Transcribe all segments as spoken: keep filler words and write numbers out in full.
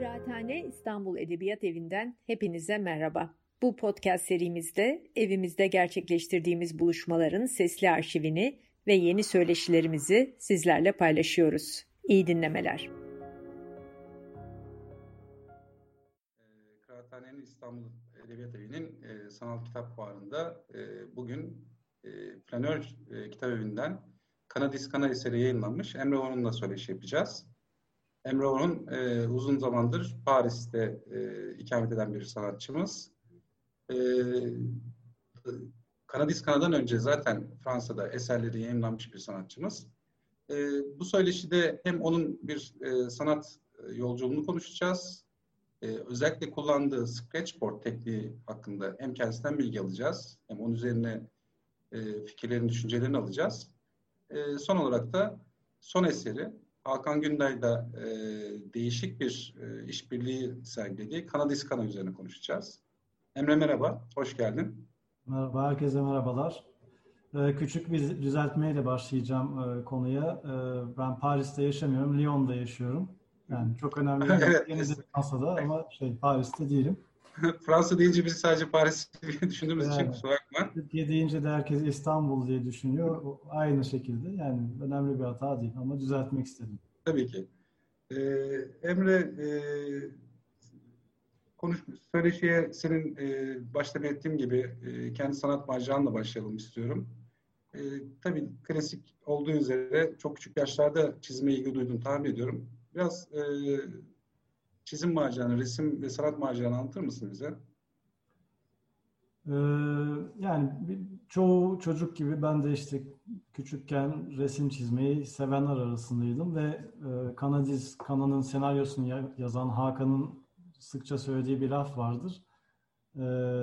Kıraathane İstanbul Edebiyat Evi'nden hepinize merhaba. Bu podcast serimizde evimizde gerçekleştirdiğimiz buluşmaların sesli arşivini ve yeni söyleşilerimizi sizlerle paylaşıyoruz. İyi dinlemeler. Kıraathane'nin İstanbul Edebiyat Evi'nin e, Sanal Kitap Fuarı'nda e, bugün e, Flanör e, Kitap Evi'nden Kanadis Kana eseri yayınlanmış. Emre Onun'la söyleşi yapacağız. Emre Onun e, uzun zamandır Paris'te e, ikamet eden bir sanatçımız. E, Kanadis Kana'dan önce zaten Fransa'da eserleri yayınlanmış bir sanatçımız. E, bu söyleşide hem onun bir e, sanat yolculuğunu konuşacağız. Ee, özellikle kullandığı Sketchboard tekniği hakkında hem kendisinden bilgi alacağız, hem onun üzerine e, fikirlerini, düşüncelerini alacağız. E, son olarak da son eseri Hakan Günday'da e, değişik bir e, işbirliği sergilediği Kanadis Kana üzerine konuşacağız. Emre merhaba, hoş geldin. Merhaba, herkese merhabalar. Ee, küçük bir düzeltmeyle başlayacağım e, konuya. E, ben Paris'te yaşamıyorum, Lyon'da yaşıyorum. Yani çok önemli değil. Evet, Yine de Fransa'da ama şey Paris'te değilim. Fransa deyince biz sadece Paris diye düşündüğümüz Yani, için kusura bakma. Türkiye deyince de herkes İstanbul diye düşünüyor. O, aynı şekilde yani önemli bir hata değil ama düzeltmek istedim. Tabii ki. Ee, Emre, e, konuş, söyleşiye senin e, başta belirttiğim gibi e, kendi sanat maceranla başlayalım istiyorum. E, tabii klasik olduğu üzere çok küçük yaşlarda çizime ilgi duyduğunu tahmin ediyorum. Biraz e, çizim maceranı, resim ve sanat maceranı anlatır mısın bize? Ee, yani bir, çoğu çocuk gibi ben de işte küçükken resim çizmeyi sevenler arasındaydım ve e, Kanadiz Kana'nın senaryosunu ya- yazan Hakan'ın sıkça söylediği bir laf vardır. Ee,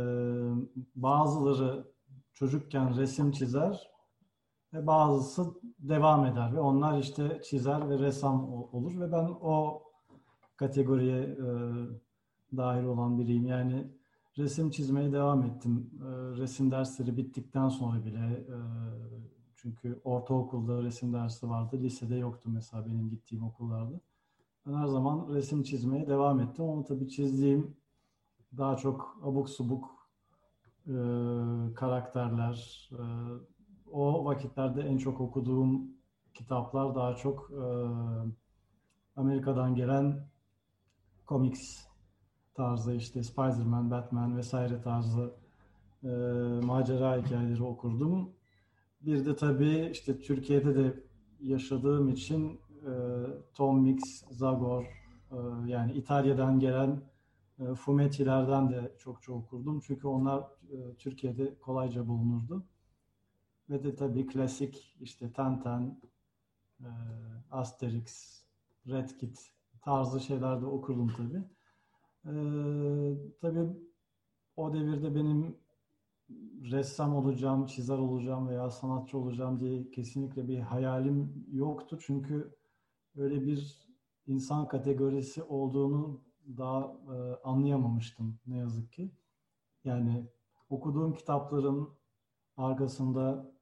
bazıları çocukken resim çizer ve bazısı devam eder ve onlar işte çizer ve ressam o- olur ve ben o kategoriye e, dahil olan biriyim. Yani resim çizmeye devam ettim. E, resim dersleri bittikten sonra bile e, çünkü ortaokulda resim dersi vardı, lisede yoktu mesela benim gittiğim okullarda. Ben her zaman resim çizmeye devam ettim ama tabii çizdiğim daha çok abuk subuk e, karakterler. E, o vakitlerde en çok okuduğum kitaplar daha çok e, Amerika'dan gelen komiks tarzı işte Spider-Man, Batman vesaire tarzı e, macera hikayeleri okurdum. Bir de tabii işte Türkiye'de de yaşadığım için e, Tom Mix, Zagor e, yani İtalya'dan gelen e, fumettilerden de çokça okurdum. Çünkü onlar e, Türkiye'de kolayca bulunurdu. Ve de tabii klasik işte Tintin, e, Asterix, Red Kit tarzı şeyler de okurdum tabii. E, tabii o devirde benim ressam olacağım, çizer olacağım veya sanatçı olacağım diye kesinlikle bir hayalim yoktu. Çünkü öyle bir insan kategorisi olduğunu daha e, anlayamamıştım ne yazık ki. Yani okuduğum kitapların arkasında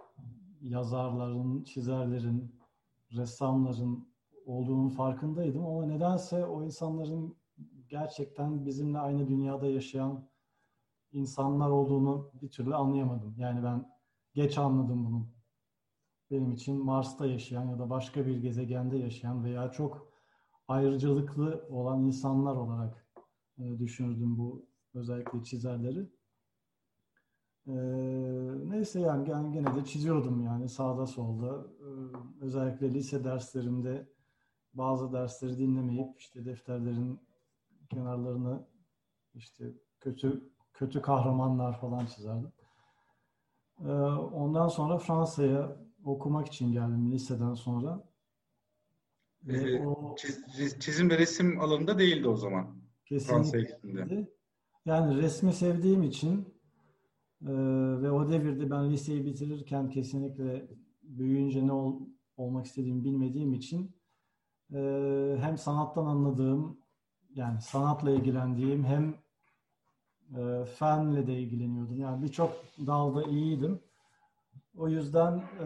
yazarların, çizerlerin, ressamların olduğunun farkındaydım ama nedense o insanların gerçekten bizimle aynı dünyada yaşayan insanlar olduğunu bir türlü anlayamadım. Yani ben geç anladım bunu. Benim için Mars'ta yaşayan ya da başka bir gezegende yaşayan veya çok ayrıcalıklı olan insanlar olarak e, düşünürdüm bu özellikle çizerleri. E, neyse yani ben gene de çiziyordum yani sağda solda. E, özellikle lise derslerimde bazı dersleri dinlemeyip işte defterlerin kenarlarını işte kötü kötü kahramanlar falan çizerdim. E, ondan sonra Fransa'ya okumak için geldim liseden sonra. Ve E, o çiz, çizim ve resim alanında değildi o zaman Fransa'ya kesinlikle gittiğinde. değildi. Yani resmi sevdiğim için e, ve o devirde ben liseyi bitirirken kesinlikle büyüyünce ne ol, olmak istediğimi bilmediğim için e, hem sanattan anladığım yani sanatla ilgilendiğim hem e, fenle de ilgileniyordum. Yani birçok dalda iyiydim. O yüzden e,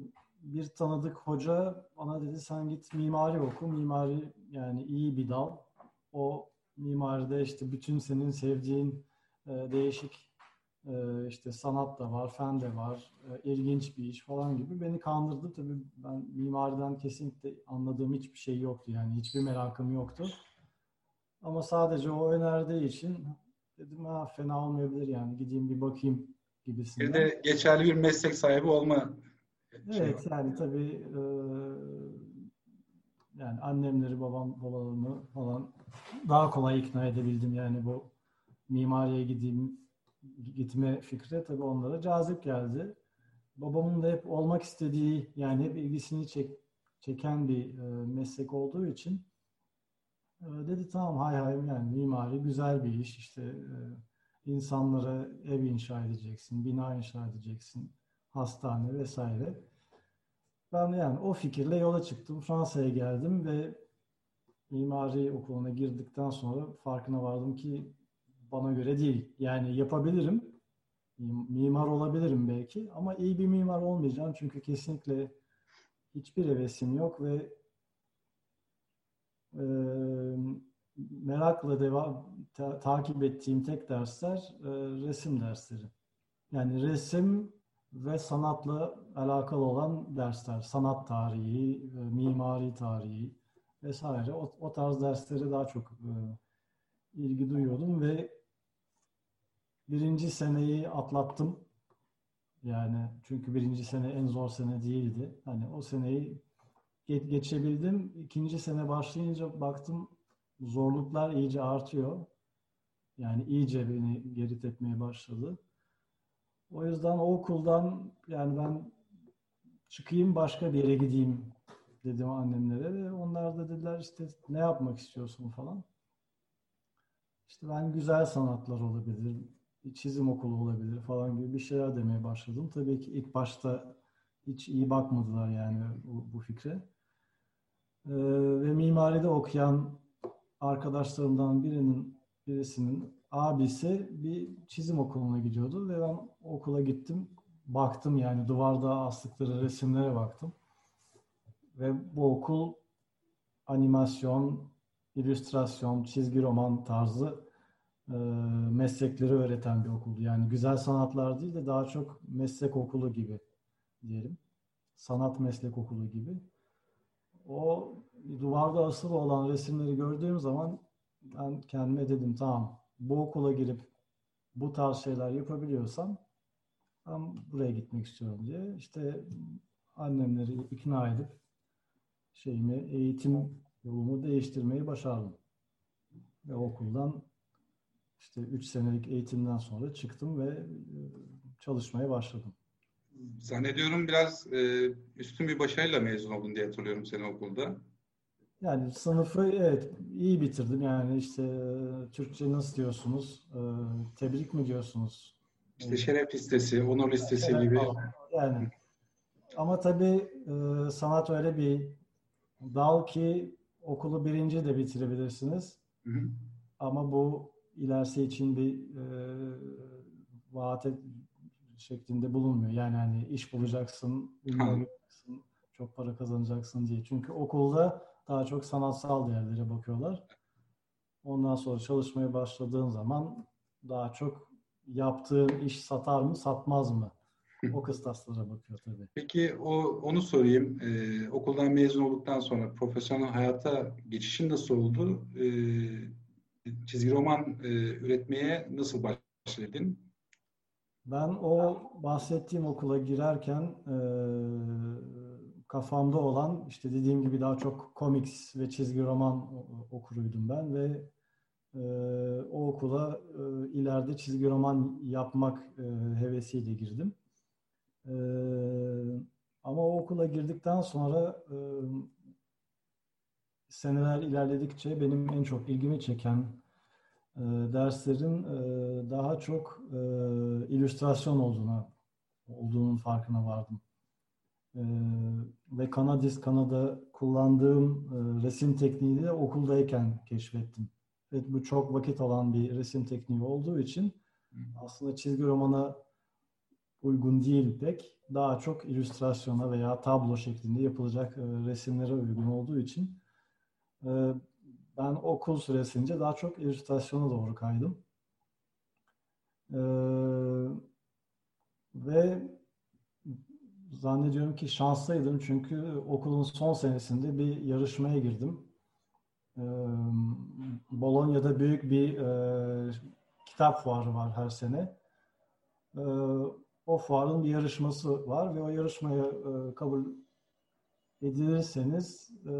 bir tanıdık hoca bana dedi sen git mimari oku. Mimari yani iyi bir dal. o mimaride işte bütün senin sevdiğin e, değişik e, işte sanat da var, fen de var, e, ilginç bir iş falan gibi beni kandırdı. Tabii ben mimariden kesinlikle anladığım hiçbir şey yoktu. Yani hiçbir merakım yoktu. Ama sadece o önerdiği için dedim ha fena olmayabilir yani gideyim bir bakayım Bir gibisinden. de geçerli bir meslek sahibi olma şey var. Evet yani tabii e, yani annemleri, babam, babalarımı falan daha kolay ikna edebildim yani bu mimariye gideyim gitme fikri tabii onlara cazip geldi. Babamın da hep olmak istediği yani hep ilgisini çek, çeken bir e, meslek olduğu için e, dedi tamam hay hay yani mimari güzel bir iş işte e, insanlara ev inşa edeceksin, bina inşa edeceksin, hastane vesaire. Ben yani o fikirle yola çıktım. Fransa'ya geldim ve mimari okuluna girdikten sonra farkına vardım ki bana göre değil. Yani yapabilirim, mimar olabilirim belki ama iyi bir mimar olmayacağım çünkü kesinlikle hiçbir hevesim yok ve e, merakla devam ta- takip ettiğim tek dersler e, resim dersleri. Yani resim ve sanatla alakalı olan dersler, sanat tarihi, e, mimari tarihi vesaire o, o tarz derslere daha çok e, ilgi duyuyordum ve birinci seneyi atlattım. Yani çünkü birinci sene en zor sene değildi. Hani o seneyi ge- geçebildim. İkinci sene başlayınca baktım zorluklar iyice artıyor. Yani iyice beni geri tepmeye başladı. O yüzden o okuldan yani ben çıkayım başka bir yere gideyim dedim annemlere ve onlar da dediler işte ne yapmak istiyorsun falan. İşte ben güzel sanatlar olabilir, çizim okulu olabilir falan gibi bir şeyler demeye başladım. Tabii ki ilk başta hiç iyi bakmadılar yani bu, bu fikre. Ee, ve mimaride okuyan arkadaşlarımdan birinin birisinin abisi bir çizim okuluna gidiyordu ve ben okula gittim. Baktım yani duvarda astıkları resimlere baktım. Ve bu okul animasyon, illüstrasyon, çizgi roman tarzı e, meslekleri öğreten bir okuldu. Yani güzel sanatlar değil de daha çok meslek okulu gibi diyelim. Sanat meslek okulu gibi. O duvarda asılı olan resimleri gördüğüm zaman ben kendime dedim tamam bu okula girip bu tarz şeyler yapabiliyorsam ben buraya gitmek istiyorum diye. İşte annemleri ikna edip şeyimi eğitim yolumu değiştirmeyi başardım. Ve okuldan işte üç senelik eğitimden sonra çıktım ve e, çalışmaya başladım. Zannediyorum biraz e, üstün bir başarıyla mezun oldun diye hatırlıyorum seni okulda. Yani sınıfı evet iyi bitirdim. Yani işte e, Türkçe nasıl diyorsunuz? E, tebrik mi diyorsunuz? İşte Neydi? şeref listesi, onur listesi Şeref gibi. falan. Yani ama tabii e, sanat öyle bir dal ki okulu birinci de bitirebilirsiniz. Hı hı. Ama bu ilerisi için bir e, vaat et- şeklinde bulunmuyor. Yani hani iş bulacaksın, ünlü Ha. olacaksın, çok para kazanacaksın diye. Çünkü okulda daha çok sanatsal değerlere bakıyorlar. Ondan sonra çalışmaya başladığın zaman daha çok yaptığın iş satar mı, satmaz mı? O kıstaslara bakıyor tabii. Peki o onu sorayım. Ee, okuldan mezun olduktan sonra profesyonel hayata geçişin nasıl oldu? Ee, çizgi roman e, üretmeye nasıl başladın? Ben o bahsettiğim okula girerken e, kafamda olan işte dediğim gibi daha çok komiks ve çizgi roman okuruydum ben ve e, o okula e, ileride çizgi roman yapmak e, hevesiyle girdim. E, ama o okula girdikten sonra e, seneler ilerledikçe benim en çok ilgimi çeken e, derslerin e, daha çok e, illüstrasyon olduğuna olduğunun farkına vardım. E, ve Kanadis Kanada kullandığım e, resim tekniğini de okuldayken keşfettim. Ve bu çok vakit alan bir resim tekniği olduğu için aslında çizgi romana uygun değil pek. Daha çok illüstrasyona veya tablo şeklinde yapılacak e, resimlere uygun olduğu için e, ben okul süresince daha çok illüstrasyona doğru kaydım. Ee, ve zannediyorum ki şanslıydım çünkü okulun son senesinde bir yarışmaya girdim. Ee, Bolonya'da büyük bir e, kitap fuarı var her sene. Ee, o fuarın bir yarışması var ve o yarışmaya e, kabul edilirseniz e,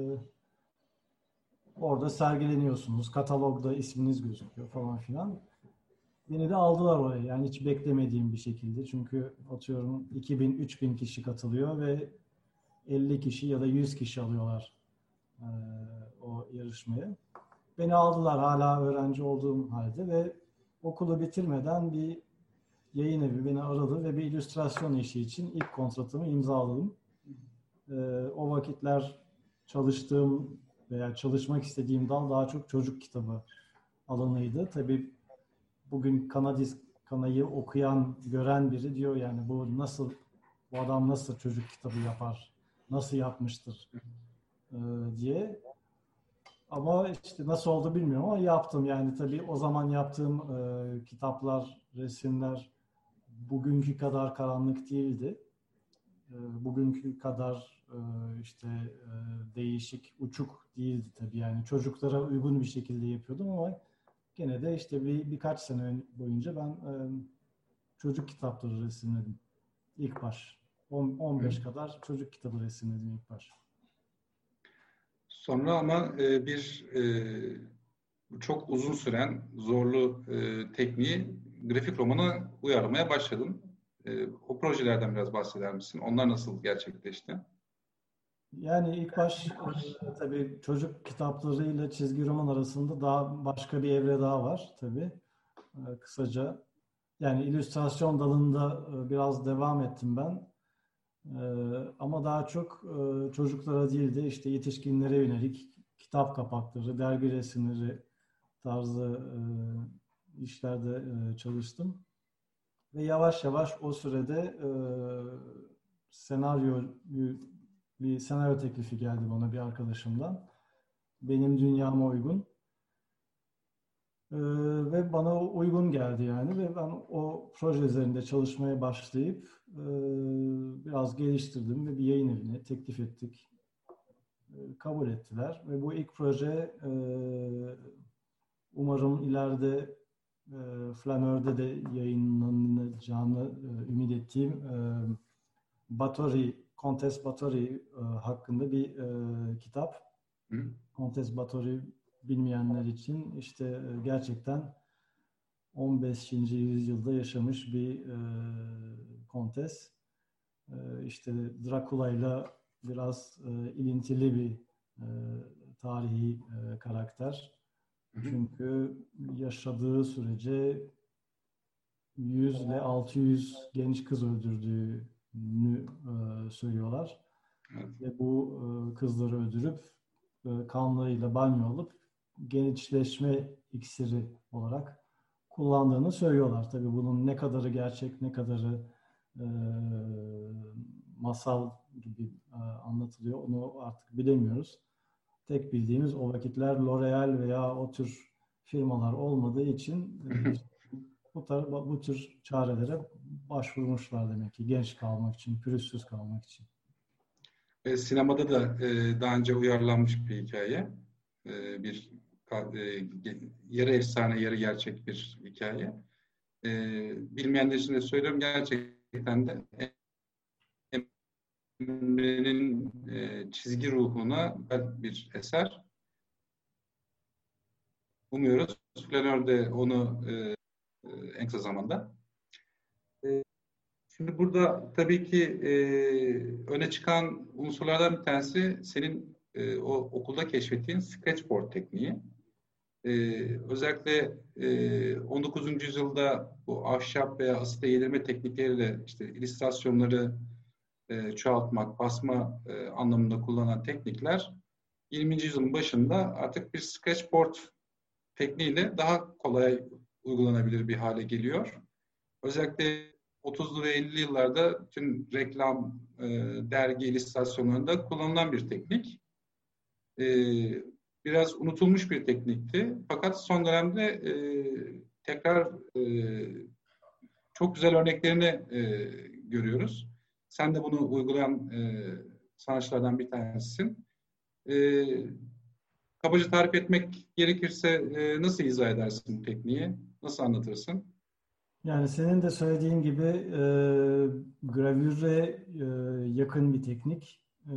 orada sergileniyorsunuz. Katalogda isminiz gözüküyor falan filan. Beni de aldılar oraya. Yani hiç beklemediğim bir şekilde. Çünkü atıyorum iki bin üç bin kişi katılıyor ve elli kişi ya da yüz kişi alıyorlar e, o yarışmaya. Beni aldılar hala öğrenci olduğum halde ve okulu bitirmeden bir yayın evi beni aradı ve bir illüstrasyon işi için ilk kontratımı imzaladım. E, o vakitler çalıştığım veya çalışmak istediğim dal daha çok çocuk kitabı alanıydı. Tabii bugün Kanadis Kanayı okuyan, gören biri diyor yani bu nasıl, bu adam nasıl çocuk kitabı yapar, nasıl yapmıştır e, diye. Ama işte nasıl oldu bilmiyorum ama yaptım. Yani tabii o zaman yaptığım e, kitaplar, resimler bugünkü kadar karanlık değildi. E, bugünkü kadar e, işte e, değişik, uçuk değildi tabii. Yani çocuklara uygun bir şekilde yapıyordum ama gene de işte bir birkaç sene boyunca ben e, çocuk kitapları resimledim ilk baş. on on beş kadar çocuk kitabı resimledim ilk baş. Sonra ama e, bir e, çok uzun süren zorlu e, tekniği grafik romana uyarlamaya başladın. E, o projelerden biraz bahseder misin? Onlar nasıl gerçekleşti? Yani ilk baş e, tabii çocuk kitaplarıyla çizgi roman arasında daha başka bir evre daha var tabii. E, kısaca yani illüstrasyon dalında e, biraz devam ettim ben. E, ama daha çok e, çocuklara değil de işte yetişkinlere yönelik kitap kapakları, dergi resimleri tarzı e, işlerde e, çalıştım. Ve yavaş yavaş o sürede e, senaryo bir senaryo teklifi geldi bana bir arkadaşımdan. Benim dünyama uygun. E, ve bana uygun geldi yani ve ben o proje üzerinde çalışmaya başlayıp e, biraz geliştirdim ve bir yayın evine teklif ettik. E, kabul ettiler ve bu ilk proje e, umarım ileride e, Flaneur'de de yayınlanacağını e, ümit ettiğim e, Báthory, Comtesse Báthory e, hakkında bir e, kitap. Hı. Comtesse Báthory bilmeyenler için işte e, gerçekten on beşinci yüzyılda yaşamış bir e, kontes. E, işte Drakula'yla biraz e, ilintili bir e, tarihi e, karakter. Çünkü yaşadığı sürece yüz ile altı yüz genç kız öldürdüğünü e, söylüyorlar. Evet. Ve bu e, kızları öldürüp e, kanlarıyla banyo alıp gençleşme iksiri olarak kullandığını söylüyorlar. Tabii bunun ne kadarı gerçek, ne kadarı e, masal gibi e, anlatılıyor onu artık bilemiyoruz. Tek bildiğimiz o vakitler L'Oreal veya o tür firmalar olmadığı için bu, tar- bu tür çarelere başvurmuşlar demek ki genç kalmak için, pürüzsüz kalmak için. E, sinemada da e, daha önce uyarlanmış bir hikaye. E, bir e, yarı efsane, yarı gerçek bir hikaye. E, bilmeyenler için de söylüyorum, gerçekten de Emre'nin e, çizgi ruhuna bir eser. Umuyoruz Flaneur de onu e, en kısa zamanda. E, şimdi burada tabii ki e, öne çıkan unsurlardan bir tanesi senin e, o okulda keşfettiğin sketchboard tekniği. E, özellikle e, on dokuzuncu yüzyılda bu ahşap veya asite yedirme teknikleriyle işte illüstrasyonları e, çoğaltmak, basma e, anlamında kullanılan teknikler yirminci yüzyılın başında artık bir sketchboard tekniğiyle daha kolay uygulanabilir bir hale geliyor. Özellikle otuzlu ve ellili yıllarda tüm reklam, e, dergi illüstrasyonlarında kullanılan bir teknik. E, biraz unutulmuş bir teknikti. Fakat son dönemde e, tekrar e, çok güzel örneklerini e, görüyoruz. Sen de bunu uygulayan e, sanatçılardan bir tanesisin. E, kabaca tarif etmek gerekirse e, nasıl izah edersin bu tekniği? Nasıl anlatırsın? Yani senin de söylediğin gibi e, gravüre e, yakın bir teknik. E,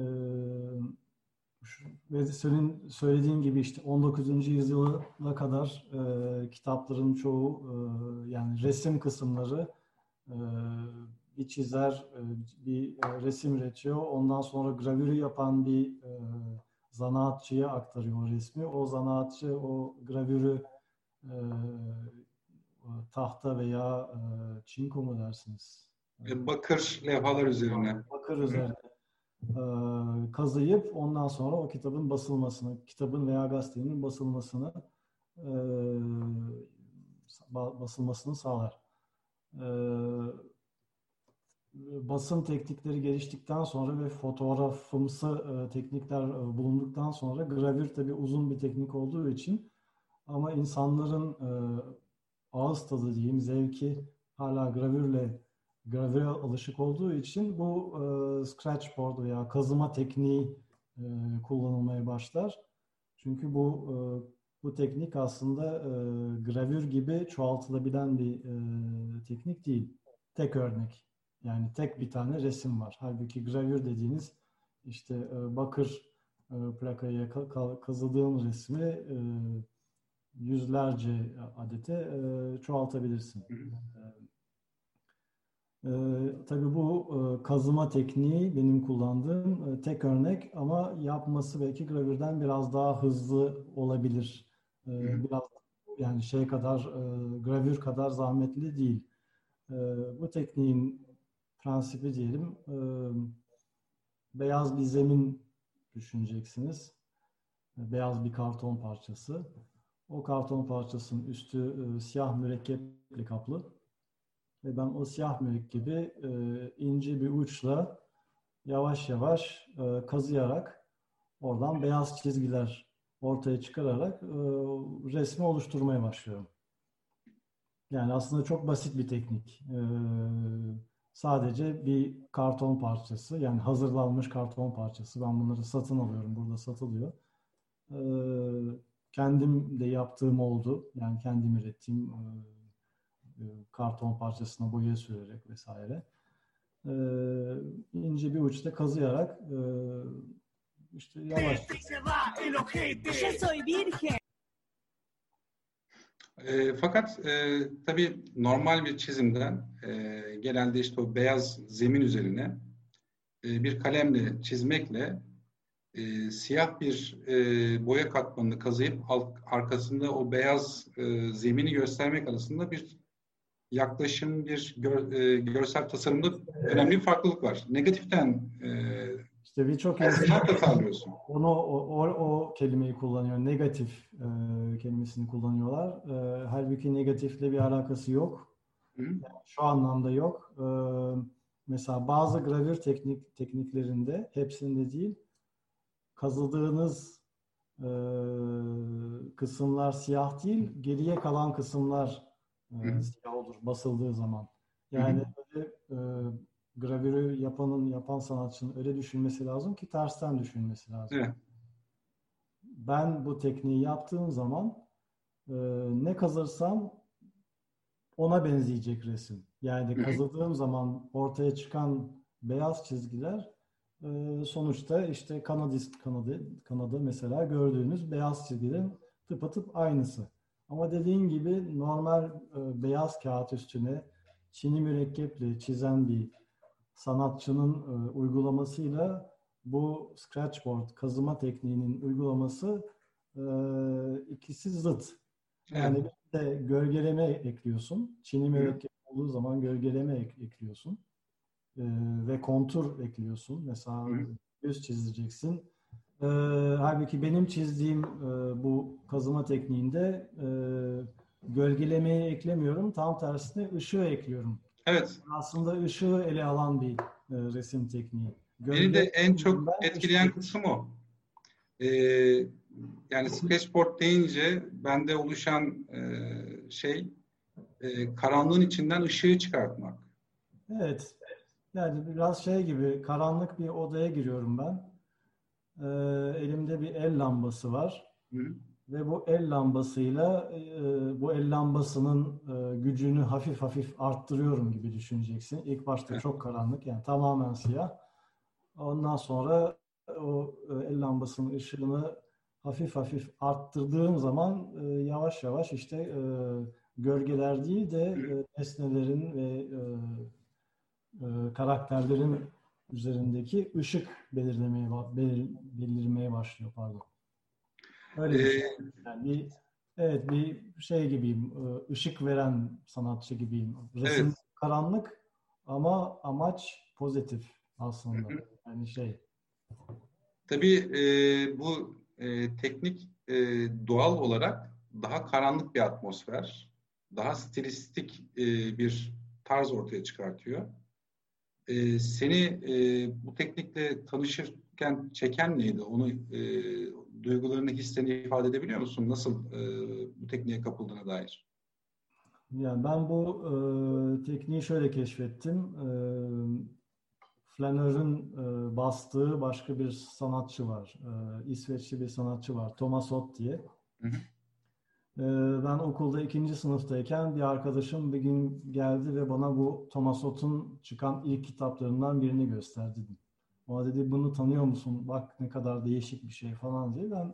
ve senin söylediğin gibi işte on dokuzuncu yüzyıla kadar e, kitapların çoğu e, yani resim kısımları e, bir çizer e, bir e, resim üretiyor. Ondan sonra gravürü yapan bir e, zanaatçıya aktarıyor o resmi. O zanaatçı o gravürü e, tahta veya e, çinko mu dersiniz? E, bakır levhalar üzerine. Bakır üzerine e, kazıyıp ondan sonra o kitabın basılmasını, kitabın veya gazetenin basılmasını e, basılmasını sağlar. E, basım teknikleri geliştikten sonra ve fotoğrafımsı e, teknikler e, bulunduktan sonra gravür tabii uzun bir teknik olduğu için ama insanların e, ağız tadı diyeyim, zevki hala gravürle gravüre alışık olduğu için bu e, scratchboard veya kazıma tekniği e, kullanılmaya başlar. Çünkü bu e, bu teknik aslında e, gravür gibi çoğaltılabilen bir e, teknik değil. Tek örnek. Yani tek bir tane resim var. Halbuki gravür dediğiniz işte e, bakır e, plakaya ka- kazıdığın resmi e, yüzlerce adete e, çoğaltabilirsin. Hı hı. E, tabii bu e, kazıma tekniği benim kullandığım e, tek örnek ama yapması belki gravürden biraz daha hızlı olabilir. E, Hı hı. biraz yani şey kadar e, gravür kadar zahmetli değil. E, bu tekniğin prensibi diyelim e, beyaz bir zemin düşüneceksiniz. E, beyaz bir karton parçası. O karton parçasının üstü e, siyah mürekkeple kaplı. Ve ben o siyah mürekkebi e, ince bir uçla yavaş yavaş e, kazıyarak oradan beyaz çizgiler ortaya çıkararak e, resmi oluşturmaya başlıyorum. Yani aslında çok basit bir teknik. E, sadece bir karton parçası, yani hazırlanmış karton parçası. Ben bunları satın alıyorum, burada satılıyor. E, kendim de yaptığım oldu. Yani kendim ürettiğim e, karton parçasına boya sürerek vesaire. E, ince bir uçta kazıyarak e, işte yavaş. E, fakat e, tabii normal bir çizimden e, genelde işte o beyaz zemin üzerine e, bir kalemle çizmekle e, siyah bir e, boya katmanını kazıyıp alt, arkasında o beyaz e, zemini göstermek arasında bir yaklaşım, bir gör, e, görsel tasarımda önemli bir farklılık var. Negatiften e, İşte birçok sen insan sanat tasarlıyorsun. onu o, o, o kelimeyi kullanıyor. Negatif e, kelimesini kullanıyorlar. E, halbuki negatifle bir alakası yok. Hı? Şu anlamda yok. E, mesela bazı gravür teknik tekniklerinde, hepsinde değil, kazıdığınız e, kısımlar siyah değil, geriye kalan kısımlar Hı? e, siyah olur basıldığı zaman. Hı hı. Yani öyle, e, gravürü yapanın, yapan sanatçının öyle düşünmesi lazım ki tersten düşünmesi lazım. Evet. Ben bu tekniği yaptığım zaman e, ne kazırsam ona benzeyecek resim. Yani Hı hı. kazıdığım zaman ortaya çıkan beyaz çizgiler e, sonuçta işte Kanadist Kanada, Kanada mesela gördüğünüz beyaz çizgilerin tıpatıp aynısı. Ama dediğin gibi normal e, beyaz kağıt üstüne çini mürekkeple çizen bir sanatçının e, uygulamasıyla bu scratchboard kazıma tekniğinin uygulaması e, ikisi zıt. Yani Evet. bir de gölgeleme ekliyorsun. Çini Hı hı. mürekkep olduğu zaman gölgeleme ek- ekliyorsun. E, ve kontur ekliyorsun. Mesela Hı hı. göz çizeceksin. E, halbuki benim çizdiğim e, bu kazıma tekniğinde e, gölgelemeyi eklemiyorum. Tam tersine ışığı ekliyorum. Evet. Aslında ışığı ele alan bir e, resim tekniği. Beni de Gölge en çok ben ışık etkileyen kısım o. Ee, yani sketchboard deyince bende oluşan e, şey e, karanlığın içinden ışığı çıkartmak. Evet. Yani biraz şey gibi karanlık bir odaya giriyorum ben. Ee, elimde bir el lambası var. Hı. Ve bu el lambasıyla e, bu el lambasının e, gücünü hafif hafif arttırıyorum gibi düşüneceksin. İlk başta çok karanlık, yani tamamen siyah. Ondan sonra o e, el lambasının ışığını hafif hafif arttırdığım zaman e, yavaş yavaş işte e, gölgeler değil de e, nesnelerin ve e, e, karakterlerin üzerindeki ışık belirlemeye belir, belirmeye başlıyor, pardon. Öyle Ee, düşün. Yani bir, evet, bir şey gibiyim, e, ışık veren sanatçı gibiyim. Resim evet. karanlık ama amaç pozitif Hı aslında. hı. Yani şey. Tabii e, bu e, teknik e, doğal olarak daha karanlık bir atmosfer, daha stilistik e, bir tarz ortaya çıkartıyor. E, seni e, bu teknikle tanışırken çeken neydi? Onu e, duygularını, hislerini ifade edebiliyor musun? Nasıl e, bu tekniğe kapıldığına dair? Yani ben bu e, tekniği şöyle keşfettim. E, Flaneur'ün e, bastığı başka bir sanatçı var. E, İsveçli bir sanatçı var. Thomas Ott diye. Hı hı. E, ben okulda ikinci sınıftayken bir arkadaşım bir gün geldi ve bana bu Thomas Ott'un çıkan ilk kitaplarından birini gösterdi. O dedi, bunu tanıyor musun? Bak ne kadar değişik bir şey falan diye. Ben,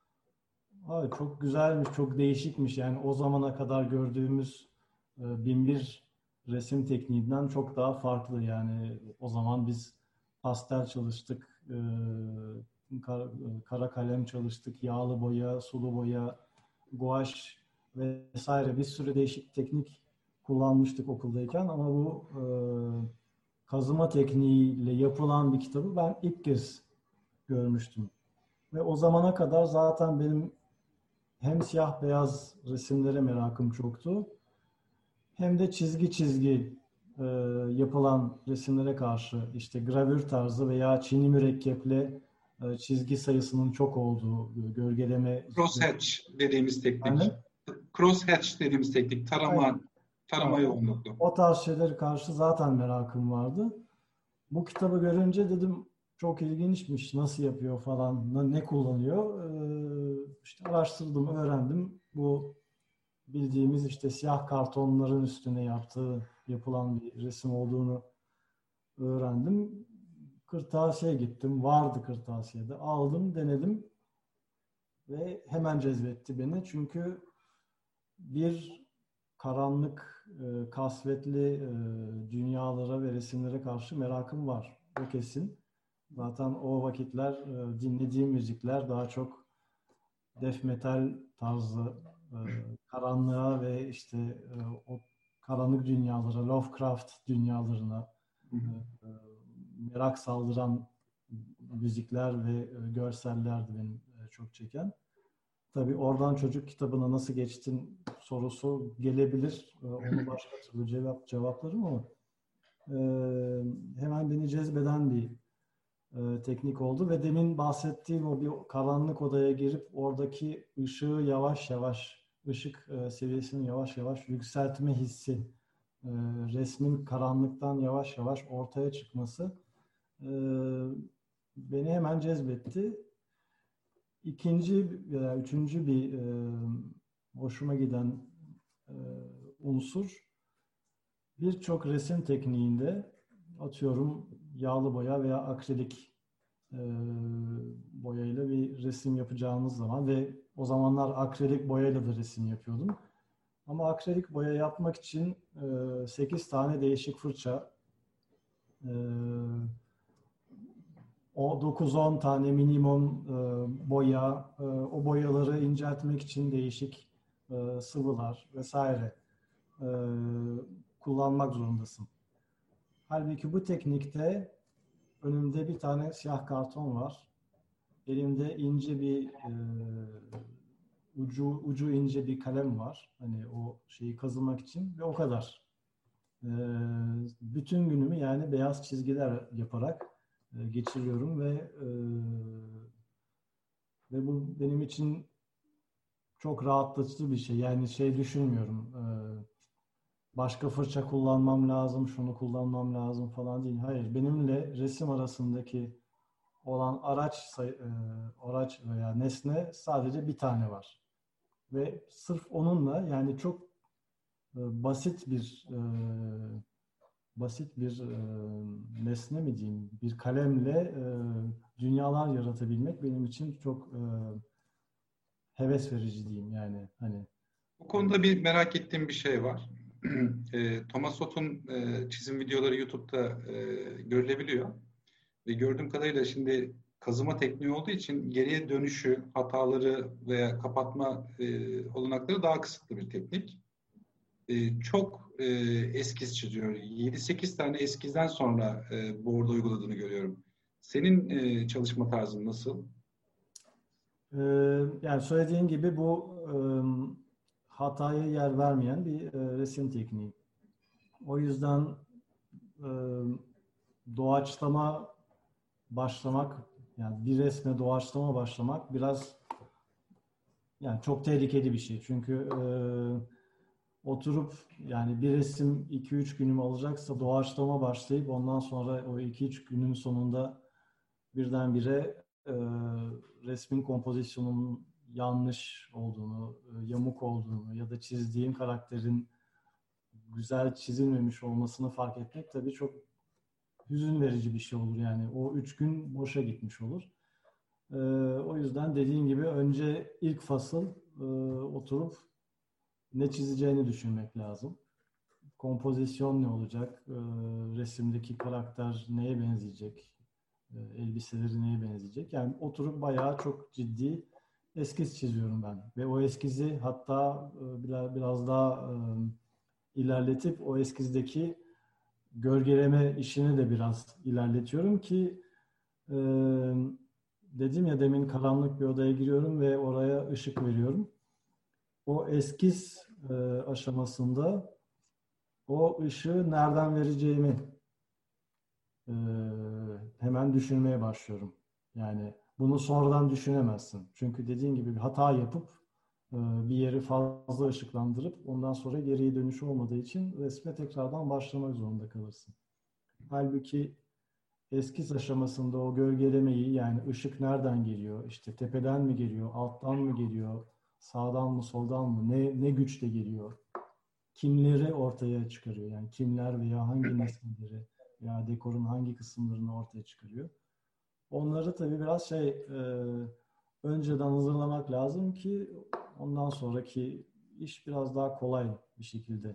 abi çok güzelmiş, çok değişikmiş. Yani o zamana kadar gördüğümüz e, bin bir resim tekniğinden çok daha farklı. Yani o zaman biz pastel çalıştık, e, kara, kara kalem çalıştık, yağlı boya, sulu boya, guaj vesaire bir sürü değişik teknik kullanmıştık okuldayken, ama bu e, kazıma tekniğiyle yapılan bir kitabı ben ilk kez görmüştüm. Ve o zamana kadar zaten benim hem siyah beyaz resimlere merakım çoktu, hem de çizgi çizgi e, yapılan resimlere karşı, işte gravür tarzı veya çini mürekkeple e, çizgi sayısının çok olduğu, gölgeleme, Crosshatch dediğimiz yani, teknik. Crosshatch dediğimiz teknik. Tarama, tarama o, yoğunluklu. o tarz şeylere karşı zaten merakım vardı. Bu kitabı görünce dedim, çok ilginçmiş, nasıl yapıyor falan, ne kullanıyor. Ee, işte araştırdım, öğrendim. Bu bildiğimiz işte siyah kartonların üstüne yaptığı, yapılan bir resim olduğunu öğrendim. Kırtasiye gittim, vardı kırtasiyede. Aldım, denedim ve hemen cezbetti beni. Çünkü bir karanlık, e, kasvetli e, dünyalara ve resimlere karşı merakım var. O kesin. Zaten o vakitler e, dinlediğim müzikler daha çok death metal tarzı, e, karanlığa ve işte e, o karanlık dünyalara, Lovecraft dünyalarına Hı hı. e, e, merak saldıran müzikler ve e, görsellerdi benim e, çok çeken. Tabii oradan çocuk kitabına nasıl geçtin sorusu gelebilir. E, onu başka türlü cevap cevaplarım, ama e, hemen beni cezbeden bir e, teknik oldu ve demin bahsettiğim o bir karanlık odaya girip oradaki ışığı yavaş yavaş, ışık e, seviyesini yavaş yavaş yükseltme hissi, e, resmin karanlıktan yavaş yavaş ortaya çıkması e, beni hemen cezbetti. İkinci veya üçüncü bir e, hoşuma giden e, unsur, birçok resim tekniğinde, atıyorum yağlı boya veya akrilik e, boyayla bir resim yapacağımız zaman, ve o zamanlar akrilik boyayla da resim yapıyordum. Ama akrilik boya yapmak için e, sekiz tane değişik fırça, e, o dokuz on tane minimum e, boya, e, o boyaları inceltmek için değişik e, sıvılar vesaire e, kullanmak zorundasın. Halbuki bu teknikte önümde bir tane siyah karton var. Elimde ince bir e, ucu ucu ince bir kalem var. Hani o şeyi kazımak için, ve o kadar. E, bütün günümü yani beyaz çizgiler yaparak e, geçiriyorum ve e, Ve bu benim için çok rahatlatıcı bir şey. Yani şey düşünmüyorum. E, başka fırça kullanmam lazım, şunu kullanmam lazım falan değil. Hayır, benimle resim arasındaki olan araç say- e, araç veya nesne sadece bir tane var. Ve sırf onunla yani çok e, basit bir e, basit bir e, nesne mi diyeyim, bir kalemle e, dünyalar yaratabilmek benim için çok e, heves verici diyeyim yani hani. Bu konuda bir merak ettiğim bir şey var. E, Thomas Hoth'un e, çizim videoları YouTube'da e, görülebiliyor. Ve gördüğüm kadarıyla şimdi kazıma tekniği olduğu için geriye dönüşü, hataları veya kapatma e, olanakları daha kısıtlı bir teknik. E, çok e, eskiz çiziyor. yedi sekiz tane eskizden sonra e, board'a uyguladığını görüyorum. Senin e, çalışma tarzın nasıl? Ee, yani söylediğin gibi bu e, hataya yer vermeyen bir e, resim tekniği. O yüzden e, doğaçlama başlamak, yani bir resme doğaçlama başlamak biraz yani çok tehlikeli bir şey. Çünkü e, oturup yani bir resim iki üç günümü alacaksa doğaçlama başlayıp ondan sonra o iki üç günün sonunda birdenbire e, resmin kompozisyonunun yanlış olduğunu, e, yamuk olduğunu ya da çizdiğin karakterin güzel çizilmemiş olmasını fark etmek tabii çok hüzün verici bir şey olur. Yani o üç gün boşa gitmiş olur. E, o yüzden dediğin gibi önce ilk fasıl e, oturup ne çizeceğini düşünmek lazım. Kompozisyon ne olacak? E, resimdeki karakter neye benzeyecek? E, elbiseleri neye benzeyecek? Yani oturup bayağı çok ciddi eskiz çiziyorum ben. Ve o eskizi hatta e, biraz, biraz daha e, ilerletip o eskizdeki gölgeleme işini de biraz ilerletiyorum ki e, dedim ya demin karanlık bir odaya giriyorum ve oraya ışık veriyorum. O eskiz e, aşamasında o ışığı nereden vereceğimi e, hemen düşünmeye başlıyorum. Yani bunu sonradan düşünemezsin. Çünkü dediğin gibi bir hata yapıp e, bir yeri fazla ışıklandırıp ondan sonra geriye dönüşü olmadığı için resme tekrardan başlamak zorunda kalırsın. Halbuki eskiz aşamasında o gölgelemeyi yani ışık nereden geliyor? İşte tepeden mi geliyor? Alttan mı geliyor? Sağdan mı soldan mı? Ne, ne güçle geliyor? Kimleri ortaya çıkarıyor? Yani kimler veya hangi nesneleri veya dekorun hangi kısımlarını ortaya çıkarıyor? Onları tabii biraz şey e, önceden hazırlamak lazım ki ondan sonraki iş biraz daha kolay bir şekilde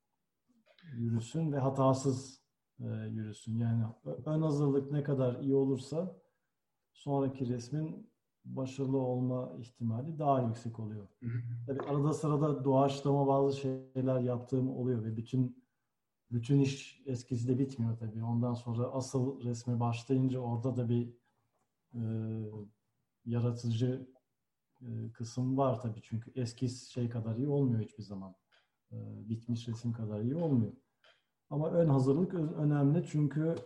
yürüsün ve hatasız e, yürüsün. Yani ön hazırlık ne kadar iyi olursa sonraki resmin başarılı olma ihtimali daha yüksek oluyor. Tabii arada sırada doğaçlama bazı şeyler yaptığım oluyor ve bütün bütün iş eskizde bitmiyor tabii. Ondan sonra asıl resme başlayınca orada da bir e, yaratıcı e, kısım var tabii. Çünkü eskiz şey kadar iyi olmuyor hiçbir zaman. E, bitmiş resim kadar iyi olmuyor. Ama ön hazırlık önemli çünkü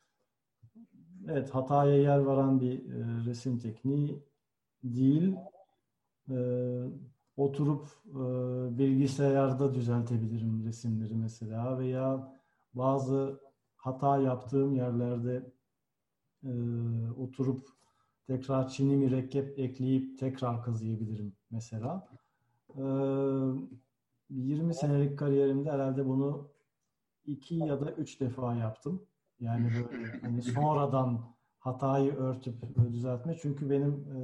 evet hataya yer veren bir e, resim tekniği değil. E, oturup e, bilgisayarda düzeltebilirim resimleri mesela veya bazı hata yaptığım yerlerde e, oturup tekrar çini mürekkep ekleyip tekrar kazıyabilirim mesela. E, yirmi senelik kariyerimde herhalde bunu iki ya da üç defa yaptım. Yani böyle hani sonradan hatayı örtüp düzeltme. Çünkü benim e,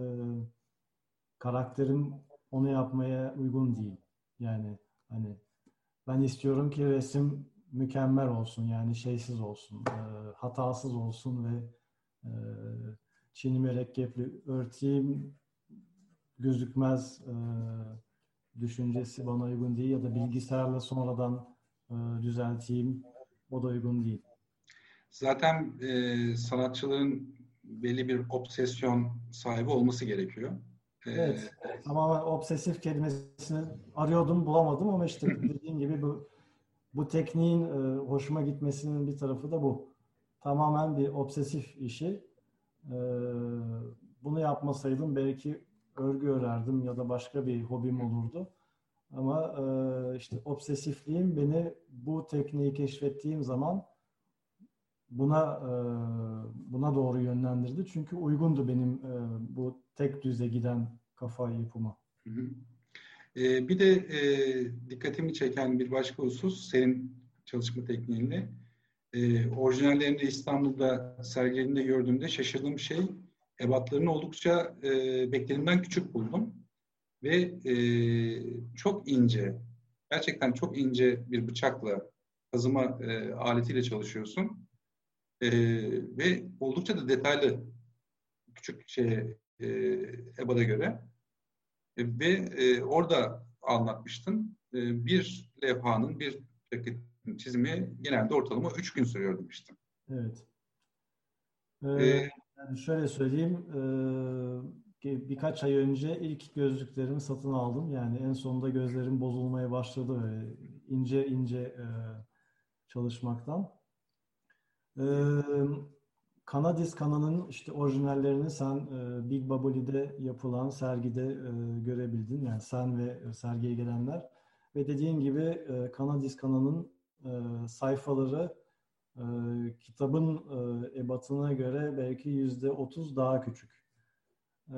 karakterim onu yapmaya uygun değil. Yani hani ben istiyorum ki resim mükemmel olsun. Yani şeysiz olsun. E, hatasız olsun ve e, çini mürekkepli örteyim gözükmez e, düşüncesi bana uygun değil ya da bilgisayarla sonradan e, düzelteyim o da uygun değil. Zaten e, sanatçıların belli bir obsesyon sahibi olması gerekiyor. E, Evet. Tamamen obsesif kelimesini arıyordum, bulamadım ama işte dediğim gibi bu bu tekniğin e, hoşuma gitmesinin bir tarafı da bu. Tamamen bir obsesif işi. E, bunu yapmasaydım belki örgü örerdim ya da başka bir hobim olurdu. Ama e, işte obsesifliğim beni bu tekniği keşfettiğim zaman buna e, buna doğru yönlendirdi. Çünkü uygundu benim e, bu tek düze giden kafa yapıma. Hı hı. Ee, bir de e, dikkatimi çeken bir başka husus senin çalışma tekniğinde. E, orijinallerini İstanbul'da sergilerinde gördüğümde şaşırdığım şey ebatlarını oldukça e, beklenimden küçük buldum. Ve e, çok ince, gerçekten çok ince bir bıçakla kazıma e, aletiyle çalışıyorsun. E, ve oldukça da detaylı küçük şeye e, ebada göre. E, ve e, orada anlatmıştın. E, bir levhanın, bir plaketin çizimi genelde ortalama üç gün sürüyor demiştin. Evet. Ee, E, yani şöyle söyleyeyim, e, birkaç ay önce ilk gözlüklerimi satın aldım. Yani en sonunda gözlerim bozulmaya başladı ve ince ince e, çalışmaktan. Ee, Kanadis kananın işte orijinallerini sen e, Big Baboli'de yapılan sergide e, görebildin. Yani sen ve sergiye gelenler. Ve dediğin gibi e, Kanadis kananın e, sayfaları e, kitabın e, ebatına göre belki yüzde otuz daha küçük. E,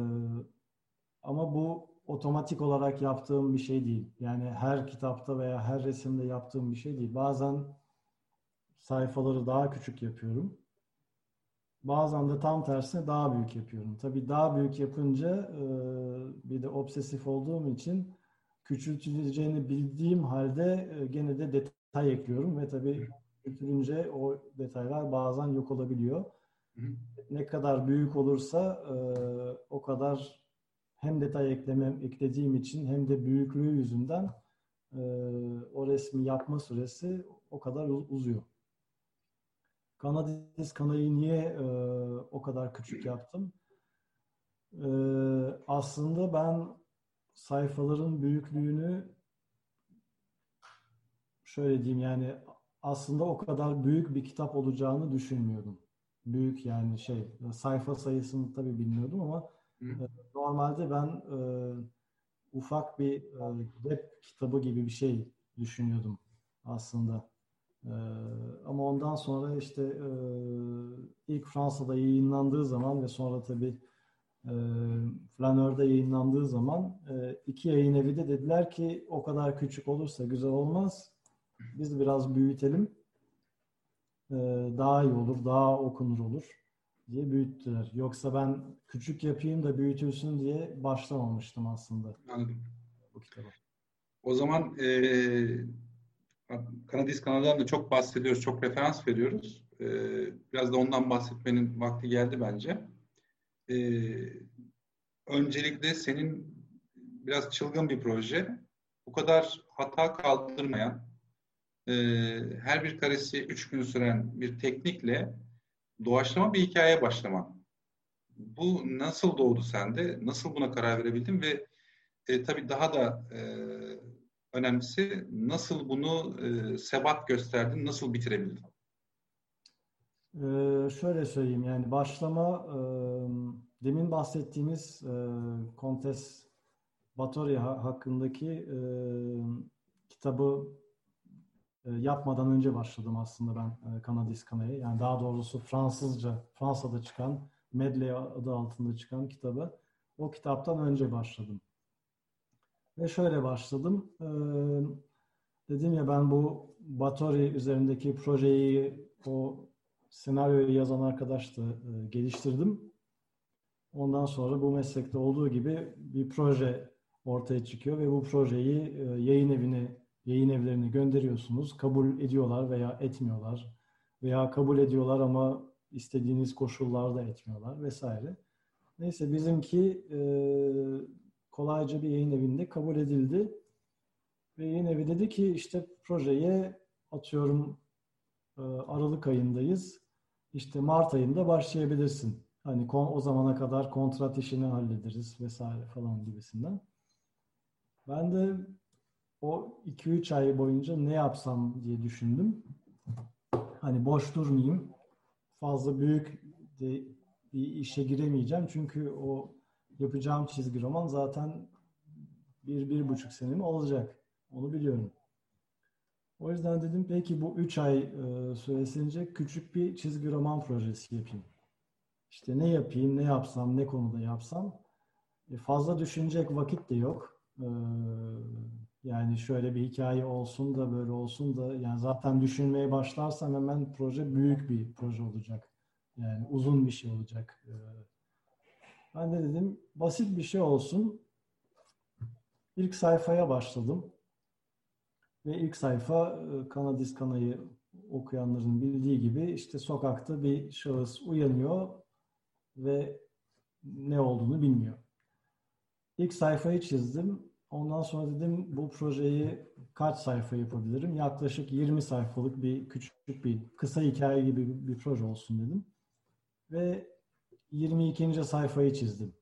ama bu otomatik olarak yaptığım bir şey değil. Yani her kitapta veya her resimde yaptığım bir şey değil. Bazen sayfaları daha küçük yapıyorum. Bazen de tam tersine daha büyük yapıyorum. Tabii daha büyük yapınca e, bir de obsesif olduğum için küçültüleceğini bildiğim halde e, gene de detay ekliyorum ve tabii küçülünce o detaylar bazen yok olabiliyor. hı hı. Ne kadar büyük olursa e, o kadar hem detay eklemem eklediğim için hem de büyüklüğü yüzünden e, o resmi yapma süresi o kadar uzuyor. Kanadis kanayı niye e, o kadar küçük yaptım? E, aslında ben sayfaların büyüklüğünü şöyle diyeyim yani aslında o kadar büyük bir kitap olacağını düşünmüyordum. Büyük yani şey sayfa sayısını tabii bilmiyordum ama Hı hı. e, normalde ben e, ufak bir e, web kitabı gibi bir şey düşünüyordum aslında. Ee, ama ondan sonra işte e, ilk Fransa'da yayınlandığı zaman ve sonra tabii e, Flanör'de yayınlandığı zaman e, iki yayın evi de dediler ki o kadar küçük olursa güzel olmaz. Biz biraz büyütelim. E, daha iyi olur, daha okunur olur diye büyüttüler. Yoksa ben küçük yapayım da büyütülsün diye başlamamıştım aslında Anladım. bu kitaba. O zaman e, Kanadis Kanada'dan da çok bahsediyoruz, çok referans veriyoruz. E, biraz da ondan bahsetmenin vakti geldi bence. E, öncelikle senin biraz çılgın bir proje. Bu kadar hata kaldırmayan, e, her bir karesi üç gün süren bir teknikle doğaçlama bir hikaye başlaman. Bu nasıl doğdu sende? Nasıl buna karar verebildin ve e, tabii daha da e, önemlisi nasıl bunu e, sebat gösterdin, nasıl bitirebildin? Ee, şöyle söyleyeyim yani başlama e, demin bahsettiğimiz e, Kontes Batory ha- hakkındaki e, kitabı e, yapmadan önce başladım aslında ben e, Kanadis Kana'ya. Yani daha doğrusu Fransızca, Fransa'da çıkan Medley adı altında çıkan kitabı. O kitaptan önce başladım. Ve şöyle başladım. E, dedim ya ben bu Batory üzerindeki projeyi o senaryoyu yazan arkadaşla e, geliştirdim. Ondan sonra bu meslekte olduğu gibi bir proje ortaya çıkıyor ve bu projeyi e, yayın evine, yayın evlerine gönderiyorsunuz. Kabul ediyorlar veya etmiyorlar. Veya kabul ediyorlar ama istediğiniz koşullarda etmiyorlar vesaire. Neyse bizimki e, kolayca bir yayın evinde kabul edildi. Ve yayın evi dedi ki işte projeye atıyorum e, Aralık ayındayız. İşte Mart ayında başlayabilirsin. Hani kon, o zamana kadar kontrat işini hallederiz vesaire falan gibisinden. Ben de o iki üç ay boyunca ne yapsam diye düşündüm. Hani boş durmayayım. Fazla büyük de bir işe giremeyeceğim. Çünkü o yapacağım çizgi roman zaten bir, bir buçuk senemi alacak. Onu biliyorum. O yüzden dedim peki bu üç ay e, süresince küçük bir çizgi roman projesi yapayım. İşte ne yapayım, ne yapsam, ne konuda yapsam. E, fazla düşünecek vakit de yok. E, yani şöyle bir hikaye olsun da böyle olsun da yani zaten düşünmeye başlarsam hemen proje büyük bir proje olacak. Yani uzun bir şey olacak. E, ben de dedim basit bir şey olsun. İlk sayfaya başladım. Ve ilk sayfa e, Kanadis Kana'yı okuyanların bildiği gibi işte sokakta bir şahıs uyanıyor ve ne olduğunu bilmiyor. İlk sayfayı çizdim. Ondan sonra dedim bu projeyi kaç sayfa yapabilirim? Yaklaşık yirmi sayfalık bir küçük bir kısa hikaye gibi bir proje olsun dedim. Ve yirmi ikinci sayfayı çizdim.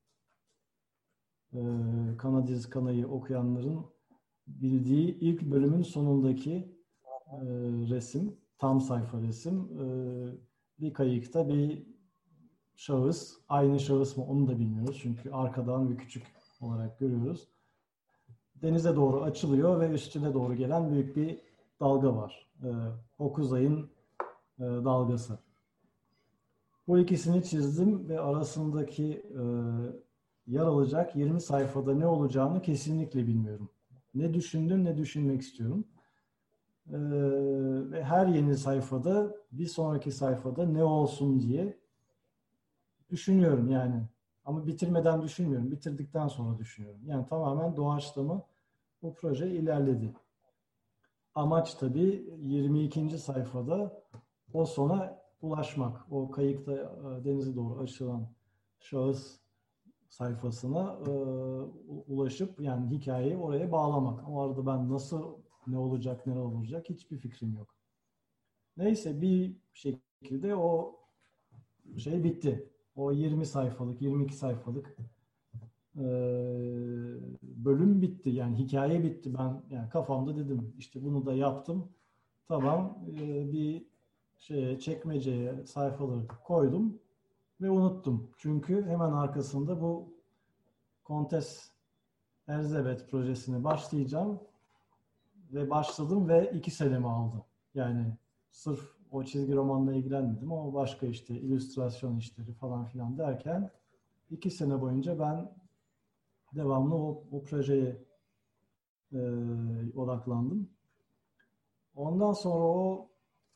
Ee, Kanadis Kana'yı okuyanların bildiği ilk bölümün sonundaki e, resim, tam sayfa resim. E, bir kayıkta bir şahıs, aynı şahıs mı onu da bilmiyoruz. Çünkü arkadan ve küçük olarak görüyoruz. Denize doğru açılıyor ve üstüne doğru gelen büyük bir dalga var. E, Okuzay'ın e, dalgası. Bu ikisini çizdim ve arasındaki e, yer alacak yirmi sayfada ne olacağını kesinlikle bilmiyorum. Ne düşündüm ne düşünmek istiyorum. Ee, ve her yeni sayfada bir sonraki sayfada ne olsun diye düşünüyorum yani. Ama bitirmeden düşünmüyorum. Bitirdikten sonra düşünüyorum. Yani tamamen doğaçlama bu proje ilerledi. Amaç tabii yirmi ikinci sayfada o sona ulaşmak. O kayıkta e, denize doğru açılan şahıs sayfasına e, ulaşıp yani hikayeyi oraya bağlamak. O arada ben nasıl ne olacak neler olacak hiçbir fikrim yok. Neyse bir şekilde o şey bitti. O yirmi sayfalık, yirmi iki sayfalık e, bölüm bitti. Yani hikaye bitti. Ben yani kafamda dedim işte bunu da yaptım. Tamam e, bir şeye çekmeceye sayfaları koydum ve unuttum. Çünkü hemen arkasında bu Kontes Elizabeth projesine başlayacağım ve başladım ve iki senemi aldı. Yani sırf o çizgi romanla ilgilenmedim ama başka işte illüstrasyon işleri falan filan derken iki sene boyunca ben devamlı o, o projeye e, odaklandım. Ondan sonra o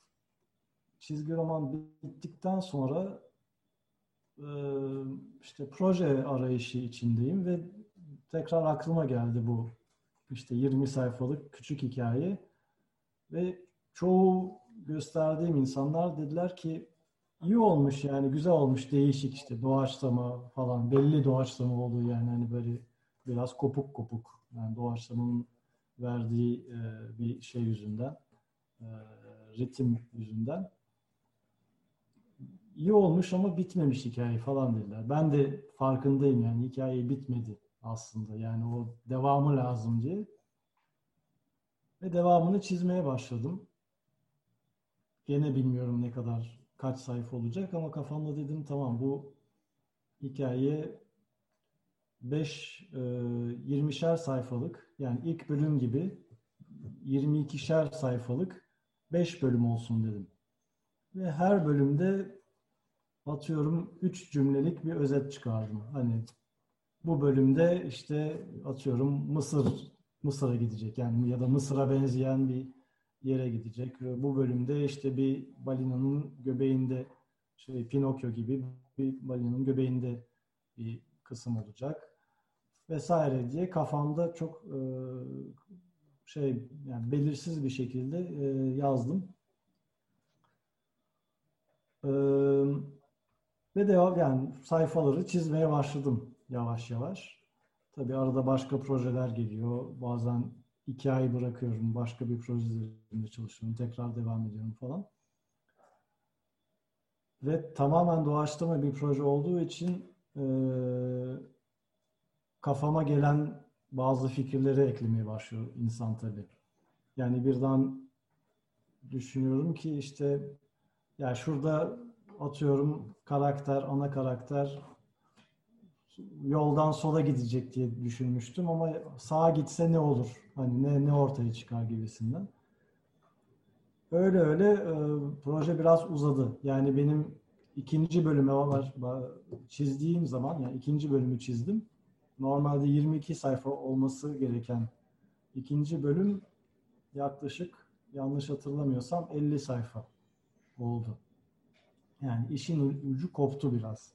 çizgi roman bittikten sonra e, işte proje arayışı içindeyim ve tekrar aklıma geldi bu işte yirmi sayfalık küçük hikaye ve çoğu gösterdiğim insanlar dediler ki iyi olmuş yani güzel olmuş değişik işte doğaçlama falan belli doğaçlama olduğu yani hani böyle biraz kopuk kopuk yani doğaçlamanın verdiği e, bir şey yüzünden e, ritim yüzünden iyi olmuş ama bitmemiş hikaye falan dediler. Ben de farkındayım yani hikaye bitmedi aslında yani o devamı lazım diye ve devamını çizmeye başladım. Gene bilmiyorum ne kadar kaç sayfa olacak ama kafamda dedim tamam bu hikaye beş yirmişer sayfalık yani ilk bölüm gibi yirmi ikişer sayfalık beş bölüm olsun dedim. Ve her bölümde atıyorum üç cümlelik bir özet çıkardım. Hani bu bölümde işte atıyorum Mısır Mısır'a gidecek yani ya da Mısır'a benzeyen bir yere gidecek. Bu bölümde işte bir balinanın göbeğinde şey Pinokyo gibi bir balinanın göbeğinde bir kısım olacak vesaire diye kafamda çok e, şey yani belirsiz bir şekilde e, yazdım. E, ve devam yani sayfaları çizmeye başladım yavaş yavaş. Tabii arada başka projeler geliyor. Bazen iki ay bırakıyorum. Başka bir proje üzerinde çalışıyorum. Tekrar devam ediyorum falan. Ve tamamen doğaçlama bir proje olduğu için e, kafama gelen bazı fikirleri eklemeye başlıyor insan tabii. Yani birden düşünüyorum ki işte ya şurada atıyorum karakter, ana karakter yoldan sola gidecek diye düşünmüştüm ama sağa gitse ne olur? Hani ne ne ortaya çıkar gibisinden. Öyle öyle e, proje biraz uzadı. Yani benim ikinci bölüme var, çizdiğim zaman, yani ikinci bölümü çizdim. Normalde yirmi iki sayfa olması gereken ikinci bölüm yaklaşık, yanlış hatırlamıyorsam, elli sayfa oldu. Yani işin ucu koptu biraz.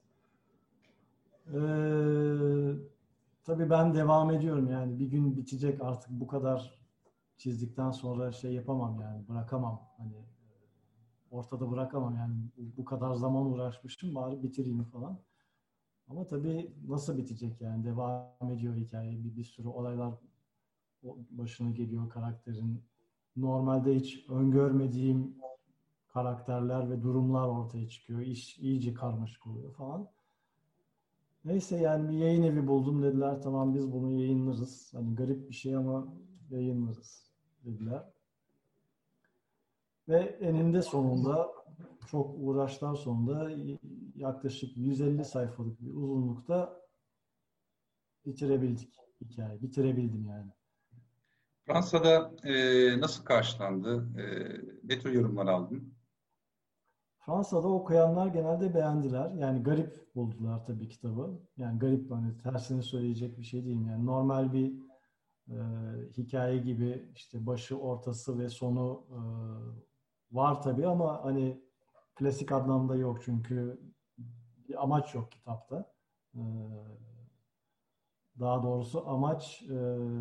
Ee, tabii ben devam ediyorum, yani bir gün bitecek artık, bu kadar çizdikten sonra şey yapamam, yani bırakamam, hani ortada bırakamam, yani bu kadar zaman uğraşmışım, bari bitireyim falan. Ama tabii nasıl bitecek, yani devam ediyor hikaye, bir, bir sürü olaylar başına geliyor karakterin. Normalde hiç öngörmediğim karakterler ve durumlar ortaya çıkıyor. İş iyice karmaşık oluyor falan. Neyse, yani bir yayın evi buldum, dediler tamam biz bunu yayınlarız. Hani garip bir şey ama yayınlarız dediler. Ve eninde sonunda, çok uğraşlar sonunda, yaklaşık yüz elli sayfalık bir uzunlukta bitirebildik hikayeyi. Bitirebildim yani. Fransa'da e, nasıl karşılandı? E, ne tür yorumlar aldın? Fransa'da okuyanlar genelde beğendiler. Yani garip buldular tabii kitabı. Yani garip, hani tersini söyleyecek bir şey değil. Yani normal bir e, hikaye gibi, işte başı, ortası ve sonu e, var tabii ama hani klasik anlamda yok, çünkü bir amaç yok kitapta. E, daha doğrusu amaç, e,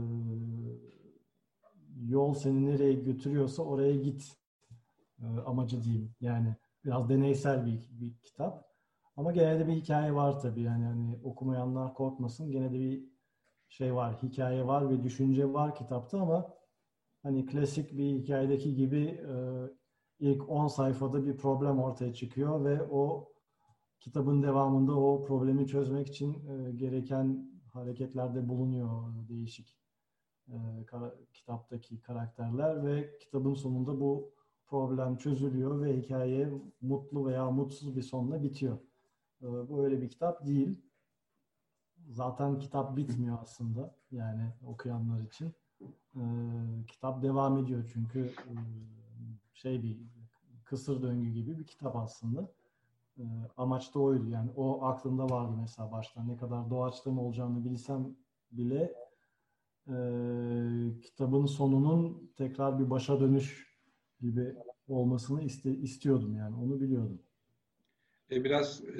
yol seni nereye götürüyorsa oraya git e, amacı diyeyim. Yani biraz deneysel bir, bir kitap. Ama gene de bir hikaye var tabii. Yani hani okumayanlar korkmasın. Gene de bir şey var, hikaye var ve düşünce var kitapta ama hani klasik bir hikayedeki gibi e, ilk on sayfada bir problem ortaya çıkıyor ve o kitabın devamında o problemi çözmek için e, gereken hareketlerde bulunuyor değişik e, kara, kitaptaki karakterler ve kitabın sonunda bu problem çözülüyor ve hikaye mutlu veya mutsuz bir sonla bitiyor. E, bu öyle bir kitap değil. Zaten kitap bitmiyor aslında, yani okuyanlar için. E, kitap devam ediyor çünkü e, şey bir kısır döngü gibi bir kitap aslında. E, amaç da oydu. Yani o aklımda vardı mesela baştan. Ne kadar doğaçlama olacağını bilsem bile e, kitabın sonunun tekrar bir başa dönüş gibi olmasını iste, istiyordum, yani onu biliyordum. E, biraz e,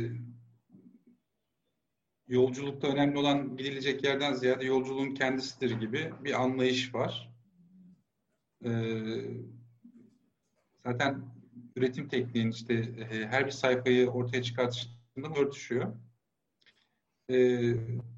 yolculukta önemli olan gidilecek yerden ziyade yolculuğun kendisidir gibi bir anlayış var. E, zaten üretim tekniğin işte e, her bir sayfayı ortaya çıkartışında örtüşüyor. E,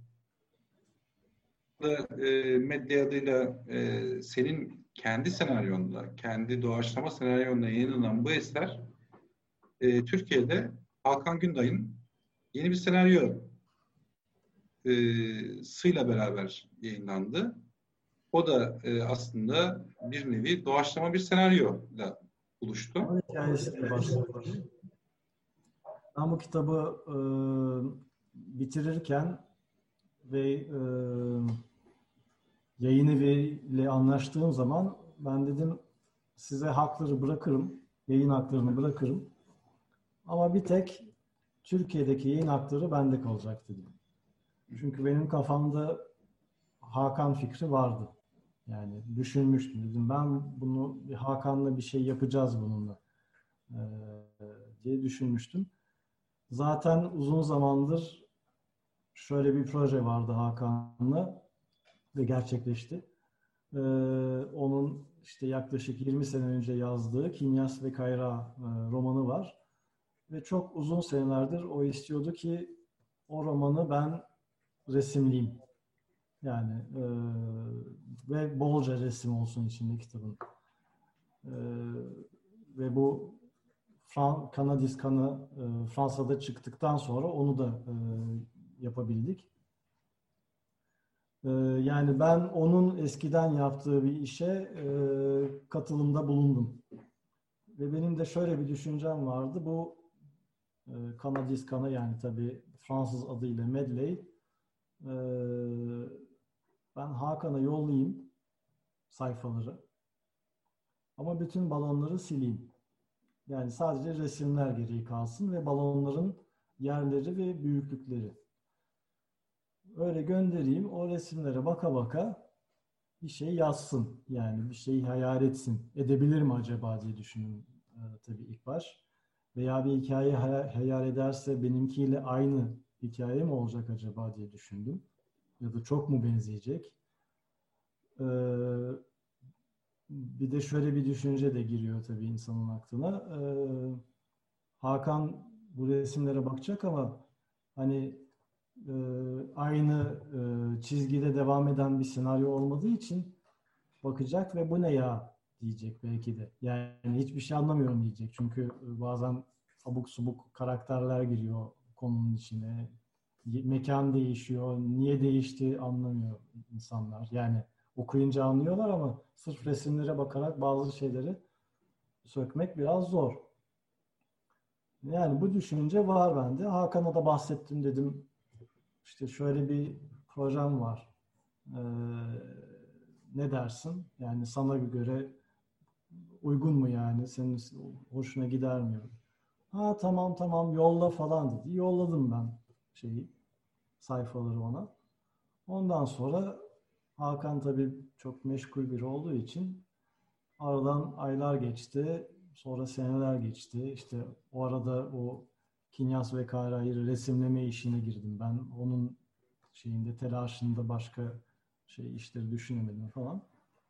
e, medya adıyla e, senin kendi senaryonda, kendi doğaçlama senaryonla yayınlanan bu eser e, Türkiye'de Hakan Günday'ın yeni bir senaryo e, sıyla beraber yayınlandı. O da e, aslında bir nevi doğaçlama bir senaryoyla buluştu. Onun hikayesiyle başladı. Ben bu kitabı e, bitirirken ve e, yayın eviyle anlaştığım zaman ben dedim size hakları bırakırım, yayın haklarını bırakırım. Ama bir tek Türkiye'deki yayın hakları bende kalacak dedim. Çünkü benim kafamda Hakan fikri vardı. Yani düşünmüştüm, dedim ben bunu bir Hakan'la bir şey yapacağız bununla ee, diye düşünmüştüm. Zaten uzun zamandır şöyle bir proje vardı Hakan'la ve gerçekleşti. Ee, onun işte yaklaşık yirmi sene önce yazdığı Kinyas ve Kayra e, romanı var. Ve çok uzun senelerdir o istiyordu ki o romanı ben resimleyeyim. Yani e, ve bolca resim olsun içinde kitabın. E, ve bu Fran Kanadis Kanı e, Fransa'da çıktıktan sonra onu da e, yapabildik. E, yani ben onun eskiden yaptığı bir işe e, katılımda bulundum. Ve benim de şöyle bir düşüncem vardı. Bu e, Kanadis Kana, yani tabii Fransız adıyla Medley. E, ben Hakan'a yollayayım sayfaları. Ama bütün balonları sileyim. Yani sadece resimler geriye kalsın ve balonların yerleri ve büyüklükleri. Öyle göndereyim. O resimlere baka baka bir şey yazsın. Yani bir şeyi hayal etsin. Edebilir mi acaba diye düşündüm e, tabii ilk baş. Veya bir hikaye hayal ederse benimkiyle aynı hikaye mi olacak acaba diye düşündüm. Ya da çok mu benzeyecek? Ee, bir de şöyle bir düşünce de giriyor tabii insanın aklına. Ee, Hakan bu resimlere bakacak ama hani e, aynı e, çizgide devam eden bir senaryo olmadığı için bakacak ve bu ne ya diyecek belki de. Yani hiçbir şey anlamıyorum diyecek. Çünkü bazen abuk subuk karakterler giriyor konunun içine. Mekan değişiyor. Niye değişti anlamıyor insanlar. Yani okuyunca anlıyorlar ama sırf resimlere bakarak bazı şeyleri sökmek biraz zor. Yani bu düşünce var bende. Hakan'a da bahsettim, dedim. İşte şöyle bir projem var. Ee, ne dersin? Yani sana göre uygun mu yani? Senin hoşuna gider mi? Ha tamam tamam yolla falan dedi. Yolladım ben şeyi, sayfaları ona. Ondan sonra Hakan tabii çok meşgul biri olduğu için aradan aylar geçti. Sonra seneler geçti. İşte o arada o Kinyas ve Kayra'yı resimleme işine girdim ben. Onun şeyinde, telaşında başka şey işleri düşünemedim falan.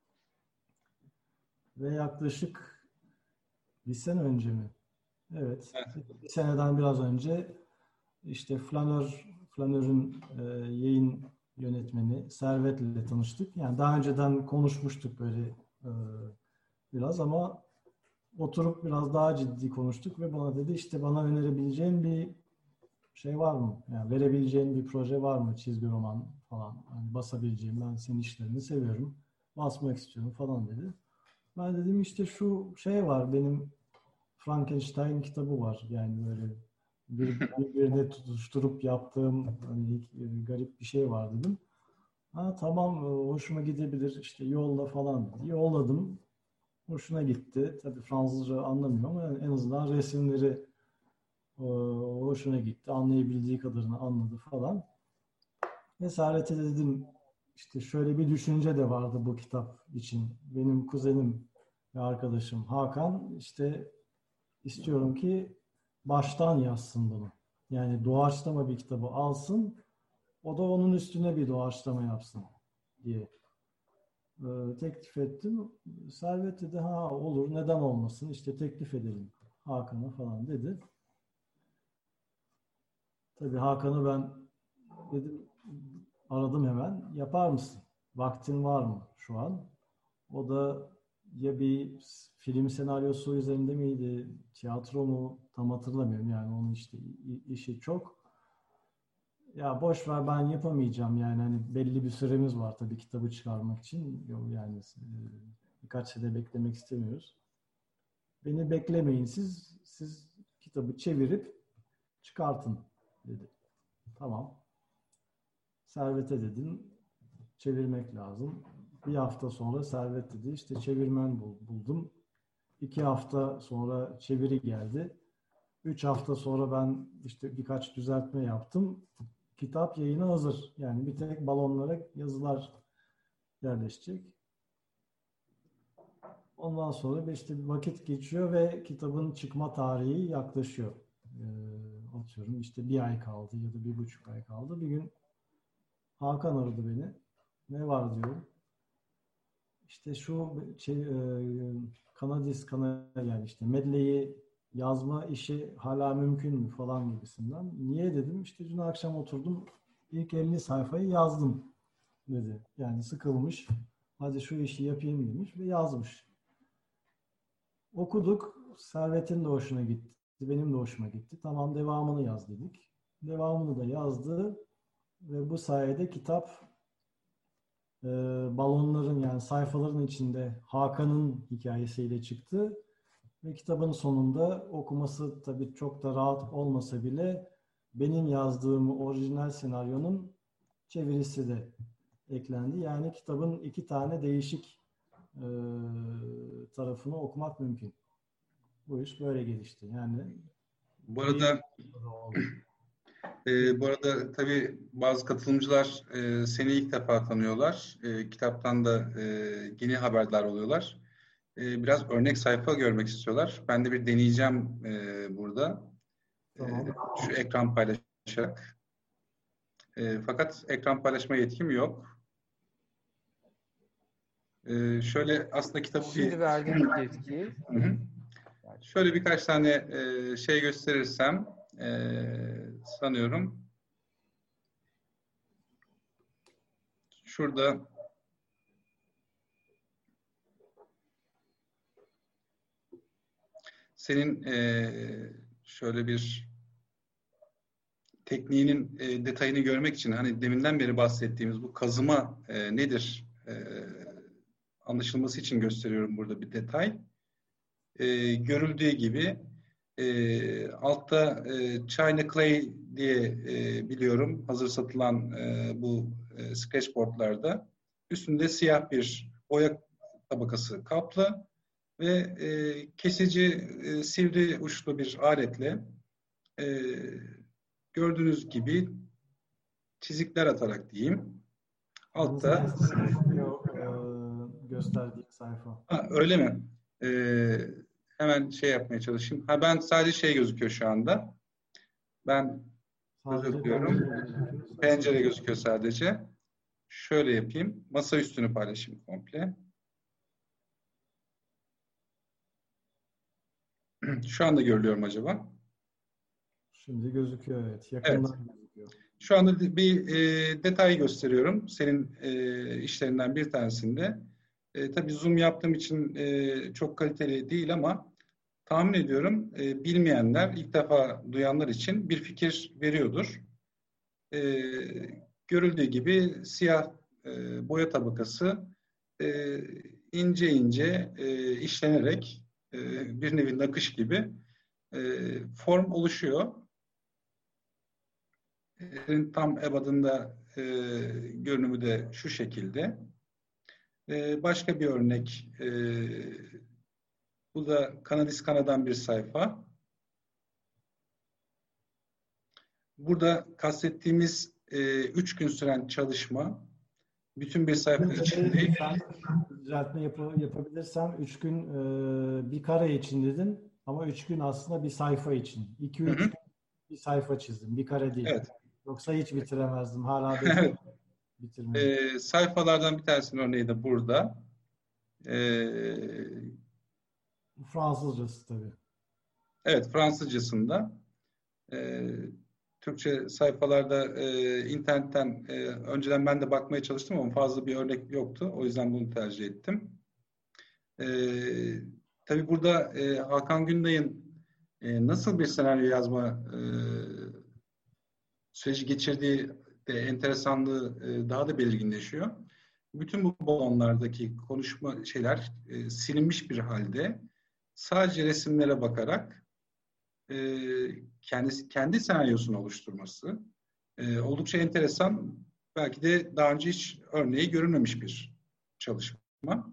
Ve yaklaşık bir sene önce mi? Evet. Evet. Bir seneden biraz önce işte Flanör, Flanör'ün e, yayın yönetmeni Servet ile tanıştık. Yani daha önceden konuşmuştuk böyle e, biraz ama oturup biraz daha ciddi konuştuk ve bana dedi işte bana önerebileceğin bir şey var mı? Yani verebileceğin bir proje var mı? Çizgi roman falan. Yani basabileceğim, ben senin işlerini seviyorum. Basmak istiyorum falan dedi. Ben dedim işte şu şey var, benim Frankenstein kitabı var. Yani böyle bir, birbirine tutuşturup yaptığım hani garip bir şey var dedim. Ha tamam, hoşuma gidebilir işte yolla falan dedi. Yolladım. Hoşuna gitti. Tabii Fransızca anlamıyor ama en azından resimleri e, hoşuna gitti. Anlayabildiği kadarını anladı falan. Ve Servet'e dedim işte şöyle bir düşünce de vardı bu kitap için. Benim kuzenim ve arkadaşım Hakan işte istiyorum ki baştan yazsın bunu. Yani doğaçlama bir kitabı alsın, o da onun üstüne bir doğaçlama yapsın diye e, teklif ettim. Servet dedi ha olur, neden olmasın, işte teklif edelim Hakan'a falan dedi. Tabii Hakan'ı ben dedim, aradım hemen, yapar mısın? Vaktin var mı şu an? O da ya bir film senaryosu üzerinde miydi, tiyatro mu tam hatırlamıyorum, yani onun işte işi çok. Ya boş ver, ben yapamayacağım yani, hani belli bir süremiz var tabii kitabı çıkarmak için. Yani birkaç sene beklemek istemiyoruz. Beni beklemeyin siz, siz kitabı çevirip çıkartın dedi. Tamam. Servet'e dedim, çevirmek lazım. Bir hafta sonra Servet dedi, işte çevirmen buldum. İki hafta sonra çeviri geldi. Üç hafta sonra ben işte birkaç düzeltme yaptım. Kitap yayına hazır. Yani bir tek balonlara yazılar yerleşecek. Ondan sonra işte bir vakit geçiyor ve kitabın çıkma tarihi yaklaşıyor. Ee, atıyorum işte bir ay kaldı ya da bir buçuk ay kaldı. Bir gün Hakan aradı beni. Ne var diyor. İşte şu şey, e, Kanadis Kana, yani işte Medley'i yazma işi hala mümkün mü falan gibisinden. Niye dedim. İşte dün akşam oturdum, ilk elli sayfayı yazdım dedi. Yani sıkılmış. Hadi şu işi yapayım demiş ve yazmış. Okuduk. Servet'in de hoşuna gitti. Benim de hoşuma gitti. Tamam, devamını yaz dedik. Devamını da yazdı ve bu sayede kitap e, balonların, yani sayfaların içinde Hakan'ın hikayesiyle çıktı. Ve kitabın sonunda okuması tabii çok da rahat olmasa bile benim yazdığım orijinal senaryonun çevirisi de eklendi. Yani kitabın iki tane değişik e, tarafını okumak mümkün. Bu iş böyle gelişti. Yani Bu arada e, bu arada tabii bazı katılımcılar e, seni ilk defa tanıyorlar. E, kitaptan da e, yeni haberdar oluyorlar. E, biraz örnek sayfa görmek istiyorlar. Ben de bir deneyeceğim e, burada. Tamam. E, şu ekran paylaşarak. E, fakat ekran paylaşma yetkim yok. E, şöyle aslında kitabı Şimdi bir... verdim yetkiyi. Hı hı. Şöyle birkaç tane e, şey gösterirsem e, sanıyorum şurada senin e, şöyle bir tekniğinin e, detayını görmek için hani deminden beri bahsettiğimiz bu kazıma e, nedir e, anlaşılması için gösteriyorum burada bir detay. E, görüldüğü gibi e, altta e, China Clay diye e, biliyorum hazır satılan e, bu e, sketchboardlarda üstünde siyah bir boya tabakası kaplı ve e, kesici e, sivri uçlu bir aletle e, gördüğünüz gibi çizikler atarak diyeyim. Altta gösterdiğim sayfa. ha, öyle mi? Ee, hemen şey yapmaya çalışayım. Ha, ben sadece şey gözüküyor şu anda. Ben Sadece özür diliyorum. pencere, Pencere gözüküyor sadece. Şöyle yapayım. Masa üstünü paylaşayım komple. Şu anda görülüyor mu acaba? Şimdi gözüküyor, evet. Yakından Evet. gözüküyor. Şu anda bir e, detay gösteriyorum. Senin e, işlerinden bir tanesinde. E, tabii zoom yaptığım için e, çok kaliteli değil ama tahmin ediyorum e, bilmeyenler, ilk defa duyanlar için bir fikir veriyordur. E, görüldüğü gibi siyah e, boya tabakası e, ince ince e, işlenerek e, bir nevi nakış gibi e, form oluşuyor. E, tam ebadında e, görünümü de şu şekilde. E, başka bir örnek. E, bu da Kanadiskana'dan bir sayfa. Burada kastettiğimiz e, üç gün süren çalışma bütün bir sayfa içinde. Sen düzeltme yap yapabilirsem üç gün e, bir kare için dedin ama üç gün aslında bir sayfa için. iki üç gün bir sayfa çizdim. Bir kare değil. Evet. Yoksa hiç bitiremezdim. Hala bekliyorum bitirmeyi. E, sayfalardan bir tanesinin örneği de burada. E, Fransızcası tabii. evet, Fransızcasında. E, Türkçe sayfalarda e, internetten e, önceden ben de bakmaya çalıştım ama fazla bir örnek yoktu. O yüzden bunu tercih ettim. E, tabii burada e, Hakan Günday'ın e, nasıl bir senaryo yazma e, süreci geçirdiği de enteresanlığı e, daha da belirginleşiyor. Bütün bu balonlardaki konuşma şeyler e, silinmiş bir halde sadece resimlere bakarak e, kendisi kendi senaryosunu oluşturması e, oldukça enteresan. Belki de daha önce hiç örneği görülmemiş bir çalışma.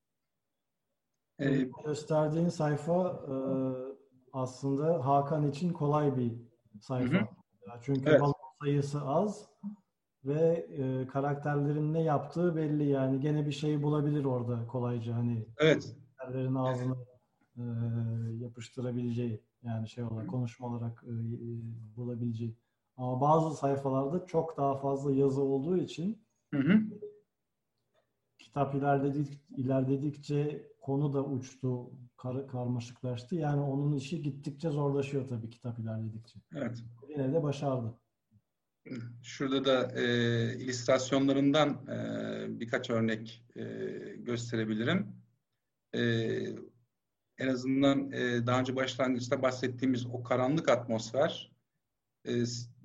E, Gösterdiğin sayfa e, aslında Hakan için kolay bir sayfa. Hı hı. Çünkü evet. Balon sayısı az ve e, karakterlerin ne yaptığı belli, yani gene bir şey bulabilir orada kolayca, hani evet. Karakterlerin ağzına e, yapıştırabileceği, yani şey olarak, konuşma olarak e, e, bulabileceği. Ama bazı sayfalarda çok daha fazla yazı olduğu için hı hı. kitap ilerledik, ilerledikçe konu da uçtu, kar, karmaşıklaştı. Yani onun işi gittikçe zorlaşıyor tabii kitap ilerledikçe. Evet. Yine de başardı. Şurada da e, illüstrasyonlarından e, birkaç örnek e, gösterebilirim. E, en azından e, daha önce başlangıçta bahsettiğimiz o karanlık atmosfer e,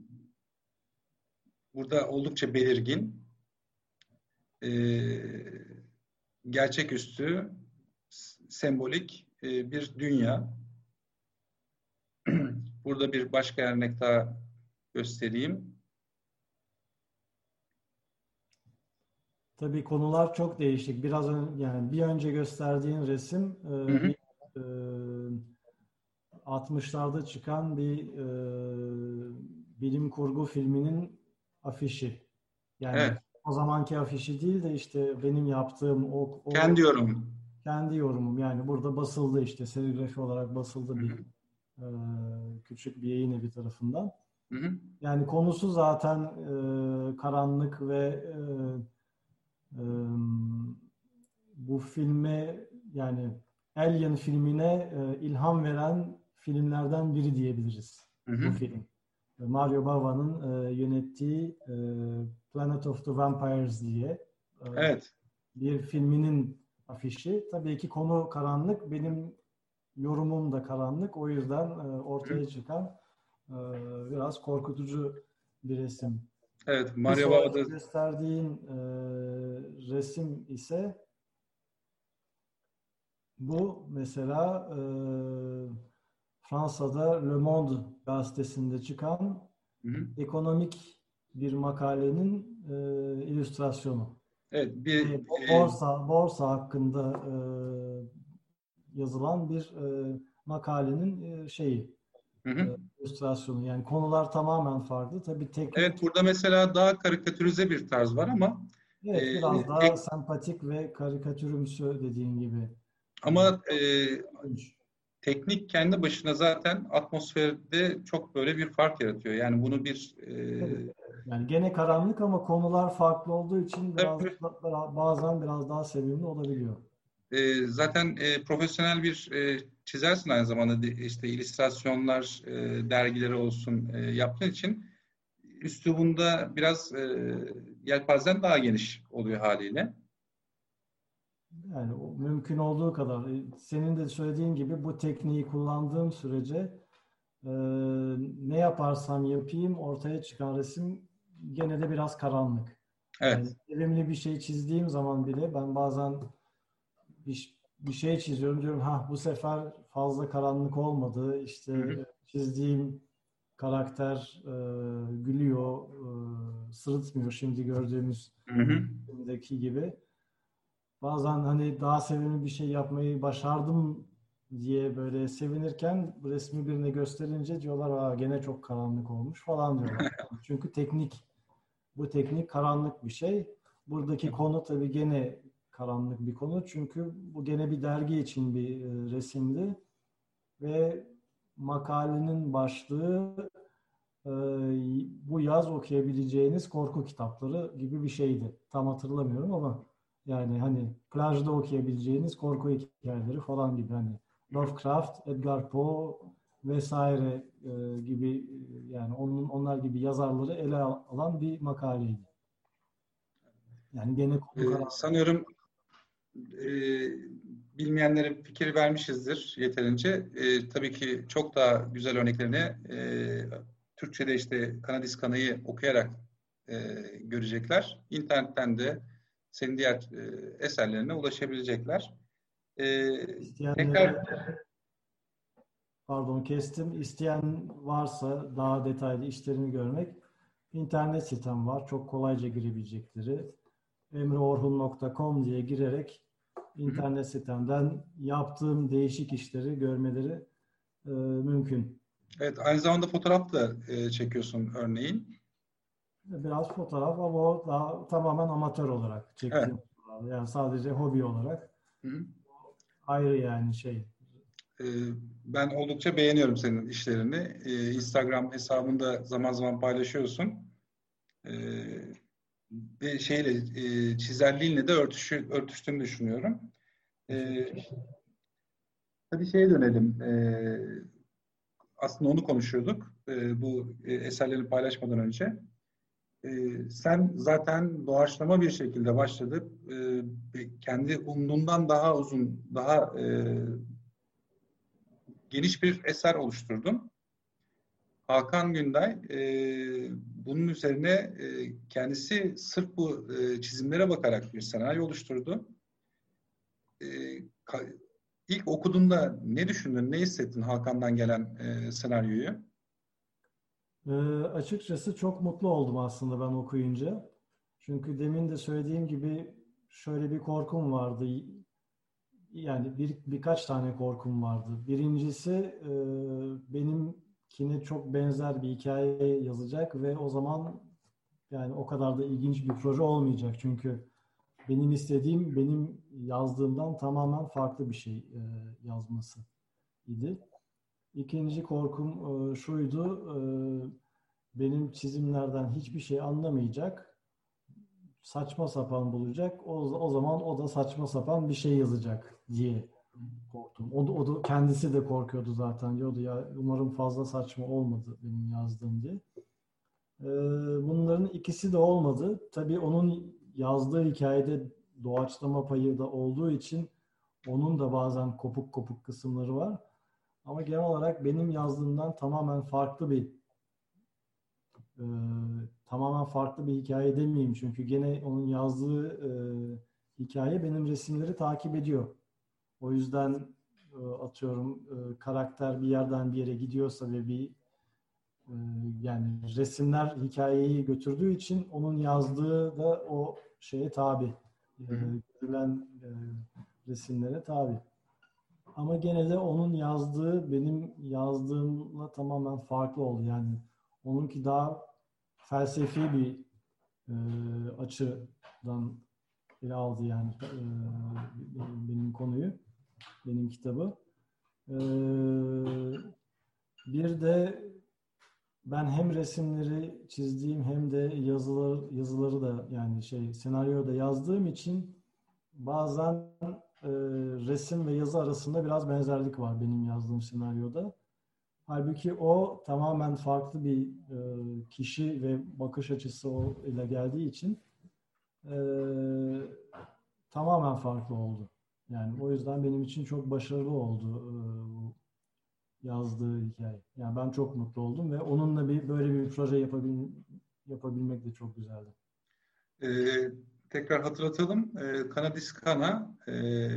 burada oldukça belirgin. E, gerçeküstü, sembolik e, bir dünya. Burada bir başka örnek daha göstereyim. Tabii konular çok değişik. Biraz ön, yani bir önce gösterdiğin resim e, Hı hı. bir e, altmışlarda çıkan bir e, bilim kurgu filminin afişi. Yani Evet, o zamanki afişi değil de işte benim yaptığım o, o kendi yorumum. kendi yorumum. Yani burada basıldı, işte serigrafi olarak basıldı Hı bir hı. e, küçük bir yayın evi tarafından. Hı hı. Yani konusu zaten e, karanlık ve e, e, bu filme, yani Alien filmine e, ilham veren filmlerden biri diyebiliriz Hı bu hı. film. Mario Bava'nın e, yönettiği e, Planet of the Vampires diye e, Evet. bir filminin afişi. Tabii ki konu karanlık. Benim yorumum da karanlık. O yüzden e, Hı hı. ortaya çıkan e, biraz korkutucu bir resim. Evet, Bir Mario sonraki Bava'da. gösterdiğin e, resim ise bu mesela e, Fransa'da Le Monde gazetesinde çıkan Hı hı. ekonomik bir makalenin e, illüstrasyonu. Evet, bir E, bo- e, borsa borsa hakkında e, yazılan bir e, makalenin e, şeyi hı e, hı. illüstrasyonu. Yani konular tamamen farklı. Tabii Evet, teknik, burada mesela daha karikatürize bir tarz var ama evet, e, biraz daha tek sempatik ve karikatürümsü dediğin gibi. E, ama e, ilginç. teknik kendi başına zaten atmosferde çok böyle bir fark yaratıyor. Yani bunu bir Tabii. e, Yani gene karanlık ama konular farklı olduğu için biraz tabii, da- bazen biraz daha sevimli olabiliyor. e, zaten e, profesyonel bir e, çizersin aynı zamanda de- işte illüstrasyonlar, e, dergileri olsun e, yaptığın için üslubunda biraz e, yelpazen daha geniş oluyor haliyle. Yani o mümkün olduğu kadar. e, Senin de söylediğin gibi bu tekniği kullandığım sürece e, ne yaparsam yapayım ortaya çıkan resim gene de biraz karanlık. Yani Evet. sevimli bir şey çizdiğim zaman bile ben bazen bir, bir şey çiziyorum, diyorum ha bu sefer fazla karanlık olmadı. İşte Hı hı. e, çizdiğim karakter e, gülüyor, e, sırıtmıyor şimdi gördüğümüz Hı hı. filmdeki gibi. Bazen hani daha sevimli bir şey yapmayı başardım diye böyle sevinirken bu resmi birine gösterince diyorlar aa gene çok karanlık olmuş falan diyorlar. Çünkü teknik, bu teknik karanlık bir şey. Buradaki konu tabii gene karanlık bir konu. Çünkü bu gene bir dergi için bir e, resimdi ve makalenin başlığı e, bu yaz okuyabileceğiniz korku kitapları gibi bir şeydi. Tam hatırlamıyorum ama yani hani plajda okuyabileceğiniz korku hikayeleri falan gibi, hani Lovecraft, Edgar Poe vesaire e, gibi, e, yani onun onlar gibi yazarları ele al- alan bir makaleydi. Yani gene konu Ee, karanlık. sanıyorum e, bilmeyenlere fikir vermişizdir yeterince. E, tabii ki çok daha güzel örneklerini e, Türkçe'de işte Kanadis Kanayı okuyarak e, görecekler. İnternetten de senin diğer e, eserlerine ulaşabilecekler. E, tekrar İsteyenlere, pardon kestim, isteyen varsa daha detaylı işlerimi görmek, internet sitem var. Çok kolayca girebilecekleri emreorhun nokta com diye girerek Hı hı. internet sitemden yaptığım değişik işleri görmeleri e, mümkün. Evet, aynı zamanda fotoğraf da e, çekiyorsun örneğin. Biraz fotoğraf ama o daha tamamen amatör olarak Evet. çektiğim fotoğraf. Yani sadece hobi olarak Hı hı. ayrı yani şey. E, ben oldukça beğeniyorum senin işlerini. E, Instagram hesabında zaman zaman paylaşıyorsun. E, ve şeyle e, çizerliğinle de örtüşü, örtüştüğünü düşünüyorum. E, Teşekkür ederim. tabii şeye dönelim. E, aslında onu konuşuyorduk e, bu e, eserlerini paylaşmadan önce. E, sen zaten doğaçlama bir şekilde başladık. E, kendi umduğundan daha uzun, daha e, geniş bir eser oluşturdun. Hakan Günday e, bunun üzerine e, kendisi sırf bu e, çizimlere bakarak bir senaryo oluşturdu. E, ka- İlk okuduğunda ne düşündün, ne hissettin Hakan'dan gelen e, senaryoyu? Ee, açıkçası çok mutlu oldum aslında ben okuyunca. Çünkü demin de söylediğim gibi şöyle bir korkum vardı. Yani bir birkaç tane korkum vardı. Birincisi e, benimkine çok benzer bir hikaye yazacak ve o zaman yani o kadar da ilginç bir proje olmayacak. Çünkü benim istediğim benim yazdığımdan tamamen farklı bir şey e, yazması idi. İkinci korkum e, şuydu. E, benim çizimlerden hiçbir şey anlamayacak, saçma sapan bulacak. O, o zaman o da saçma sapan bir şey yazacak diye korktum. O da, o da kendisi de korkuyordu zaten. Diyordu ya umarım fazla saçma olmadı benim yazdığım diye. Ee, bunların ikisi de olmadı. Tabii onun yazdığı hikayede doğaçlama payı da olduğu için onun da bazen kopuk kopuk kısımları var. Ama genel olarak benim yazdığımdan tamamen farklı bir e, tamamen farklı bir hikaye demeyeyim. Çünkü gene onun yazdığı e, hikaye benim resimleri takip ediyor. O yüzden e, atıyorum e, karakter bir yerden bir yere gidiyorsa ve bir e, yani resimler hikayeyi götürdüğü için onun yazdığı da o şeye tabi. E, görülen e, resimlere tabi. Ama gene de onun yazdığı benim yazdığımla tamamen farklı oldu. Yani onunki daha felsefi bir e, açıdan ele aldı yani e, benim, benim konuyu, benim kitabı. E, bir de ben hem resimleri çizdiğim hem de yazıları, yazıları da yani şey senaryoda yazdığım için bazen e, resim ve yazı arasında biraz benzerlik var benim yazdığım senaryoda. Halbuki o tamamen farklı bir e, kişi ve bakış açısı o ile geldiği için e, tamamen farklı oldu. Yani o yüzden benim için çok başarılı oldu e, bu yazdığı hikaye. Yani ben çok mutlu oldum ve onunla bir böyle bir proje yapabil, yapabilmek de çok güzeldi. Ee, tekrar hatırlatalım. Ee, Kanadis Kana e,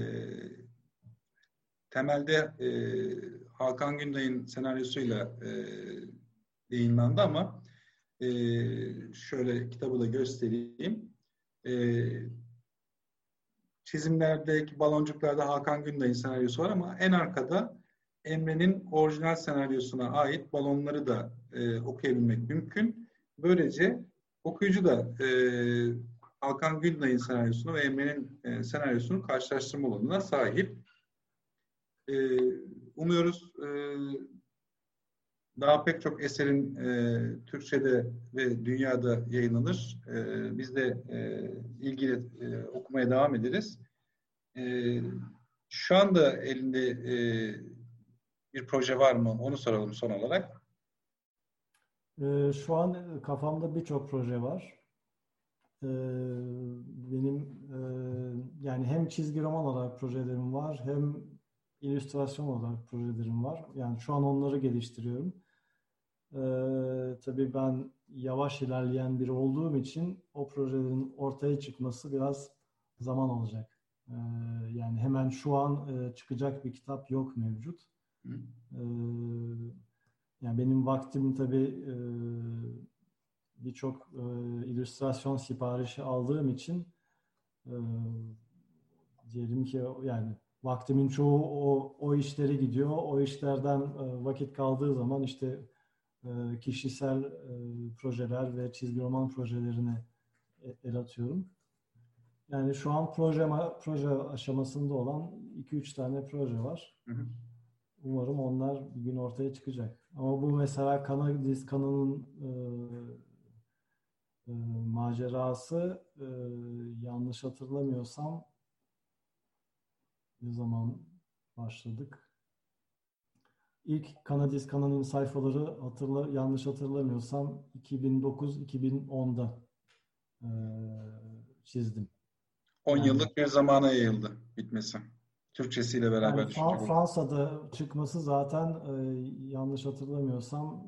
temelde e, Hakan Günday'ın senaryosuyla e, yayınlandı ama e, şöyle kitabı da göstereyim. E, çizimlerdeki baloncuklarda Hakan Günday'ın senaryosu var ama en arkada Emre'nin orijinal senaryosuna ait balonları da e, okuyabilmek mümkün. Böylece okuyucu da e, Hakan Günday'ın senaryosunu ve Emre'nin e, senaryosunu karşılaştırma olanına sahip. E, umuyoruz e, daha pek çok eserin e, Türkçe'de ve dünyada yayınlanır. E, biz de e, ilgili e, okumaya devam ederiz. E, şu anda elinde e, bir proje var mı? Onu soralım son olarak. E, şu an kafamda birçok proje var. E, benim e, yani hem çizgi roman olarak projelerim var hem illüstrasyon olarak projelerim var. Yani şu an onları geliştiriyorum. Ee, tabii ben yavaş ilerleyen biri olduğum için o projelerin ortaya çıkması biraz zaman alacak. Ee, yani hemen şu an e, çıkacak bir kitap yok mevcut. Ee, yani benim vaktim tabii e, birçok e, illüstrasyon siparişi aldığım için e, diyelim ki yani vaktimin çoğu o, o işlere gidiyor. O işlerden e, vakit kaldığı zaman işte e, kişisel e, projeler ve çizgi roman projelerine el atıyorum. Yani şu an proje proje aşamasında olan iki üç tane proje var. Hı hı. Umarım onlar bir gün ortaya çıkacak. Ama bu mesela Kanadis Kana'nın e, e, macerası e, yanlış hatırlamıyorsam ne zaman başladık? İlk Kanadis Kana'nın sayfaları hatırla, yanlış hatırlamıyorsam iki bin dokuz iki bin onda e, çizdim. on Yani, yıllık bir zamana yayıldı bitmesi. Türkçesiyle yani beraber Fra- düşünecek olursak. Fransa'da çıkması zaten e, yanlış hatırlamıyorsam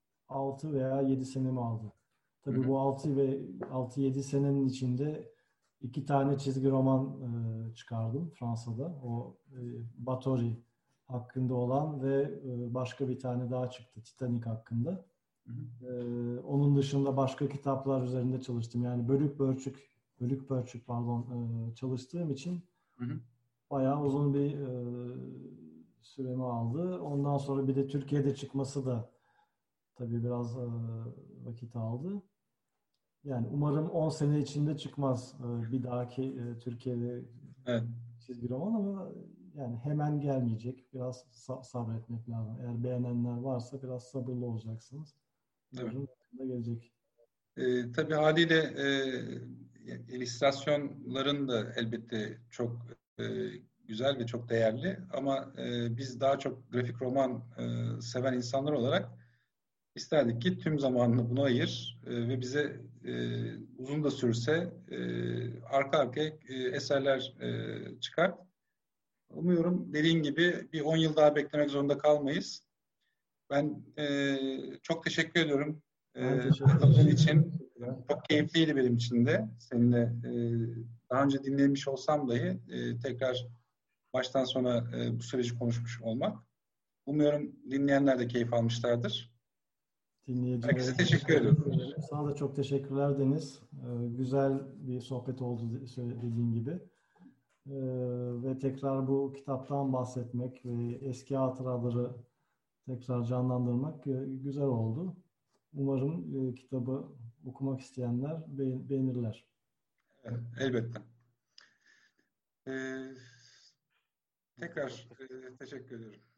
altı veya yedi senemi aldı. Hı Tabii hı. bu altı ve altı yedi senenin içinde iki tane çizgi roman e, çıkardım Fransa'da. O e, Batory hakkında olan ve e, başka bir tane daha çıktı Titanic hakkında. Hı hı. E, onun dışında başka kitaplar üzerinde çalıştım. Yani bölük pörçük, bölük pörçük pardon e, çalıştığım için Hı hı. bayağı uzun bir e, süremi aldı. Ondan sonra bir de Türkiye'de çıkması da tabii biraz e, vakit aldı. Yani umarım on sene içinde çıkmaz e, bir dahaki e, Türkiye'de Evet. çizgi roman ama yani hemen gelmeyecek. Biraz sa- sabretmek lazım. Eğer beğenenler varsa biraz sabırlı olacaksınız. Evet. Umarım yakında gelecek. E, tabii haliyle e, illüstrasyonların da elbette çok e, güzel ve çok değerli ama e, biz daha çok grafik roman e, seven insanlar olarak isterdik ki tüm zamanını buna ayır e, ve bize e, uzun da sürse e, arka arkaya e, eserler e, çıkar. Umuyorum dediğin gibi bir on yıl daha beklemek zorunda kalmayız. Ben e, çok teşekkür ediyorum Ben e, teşekkür katıldığın ederim. için. Teşekkürler. Çok keyifliydi benim için de. Seninle e, daha önce dinlemiş olsam dahi e, tekrar baştan sona e, bu süreci konuşmuş olmak. Umuyorum dinleyenler de keyif almışlardır. Dinleyicilere Herkese teşekkür ediyorum. sana da çok teşekkürler Deniz. Ee, güzel bir sohbet oldu söylediğin gibi. Ee, ve tekrar bu kitaptan bahsetmek ve eski hatıraları tekrar canlandırmak e, güzel oldu. Umarım e, kitabı okumak isteyenler beğen- beğenirler. Evet, elbette. E, tekrar e, teşekkür ediyorum.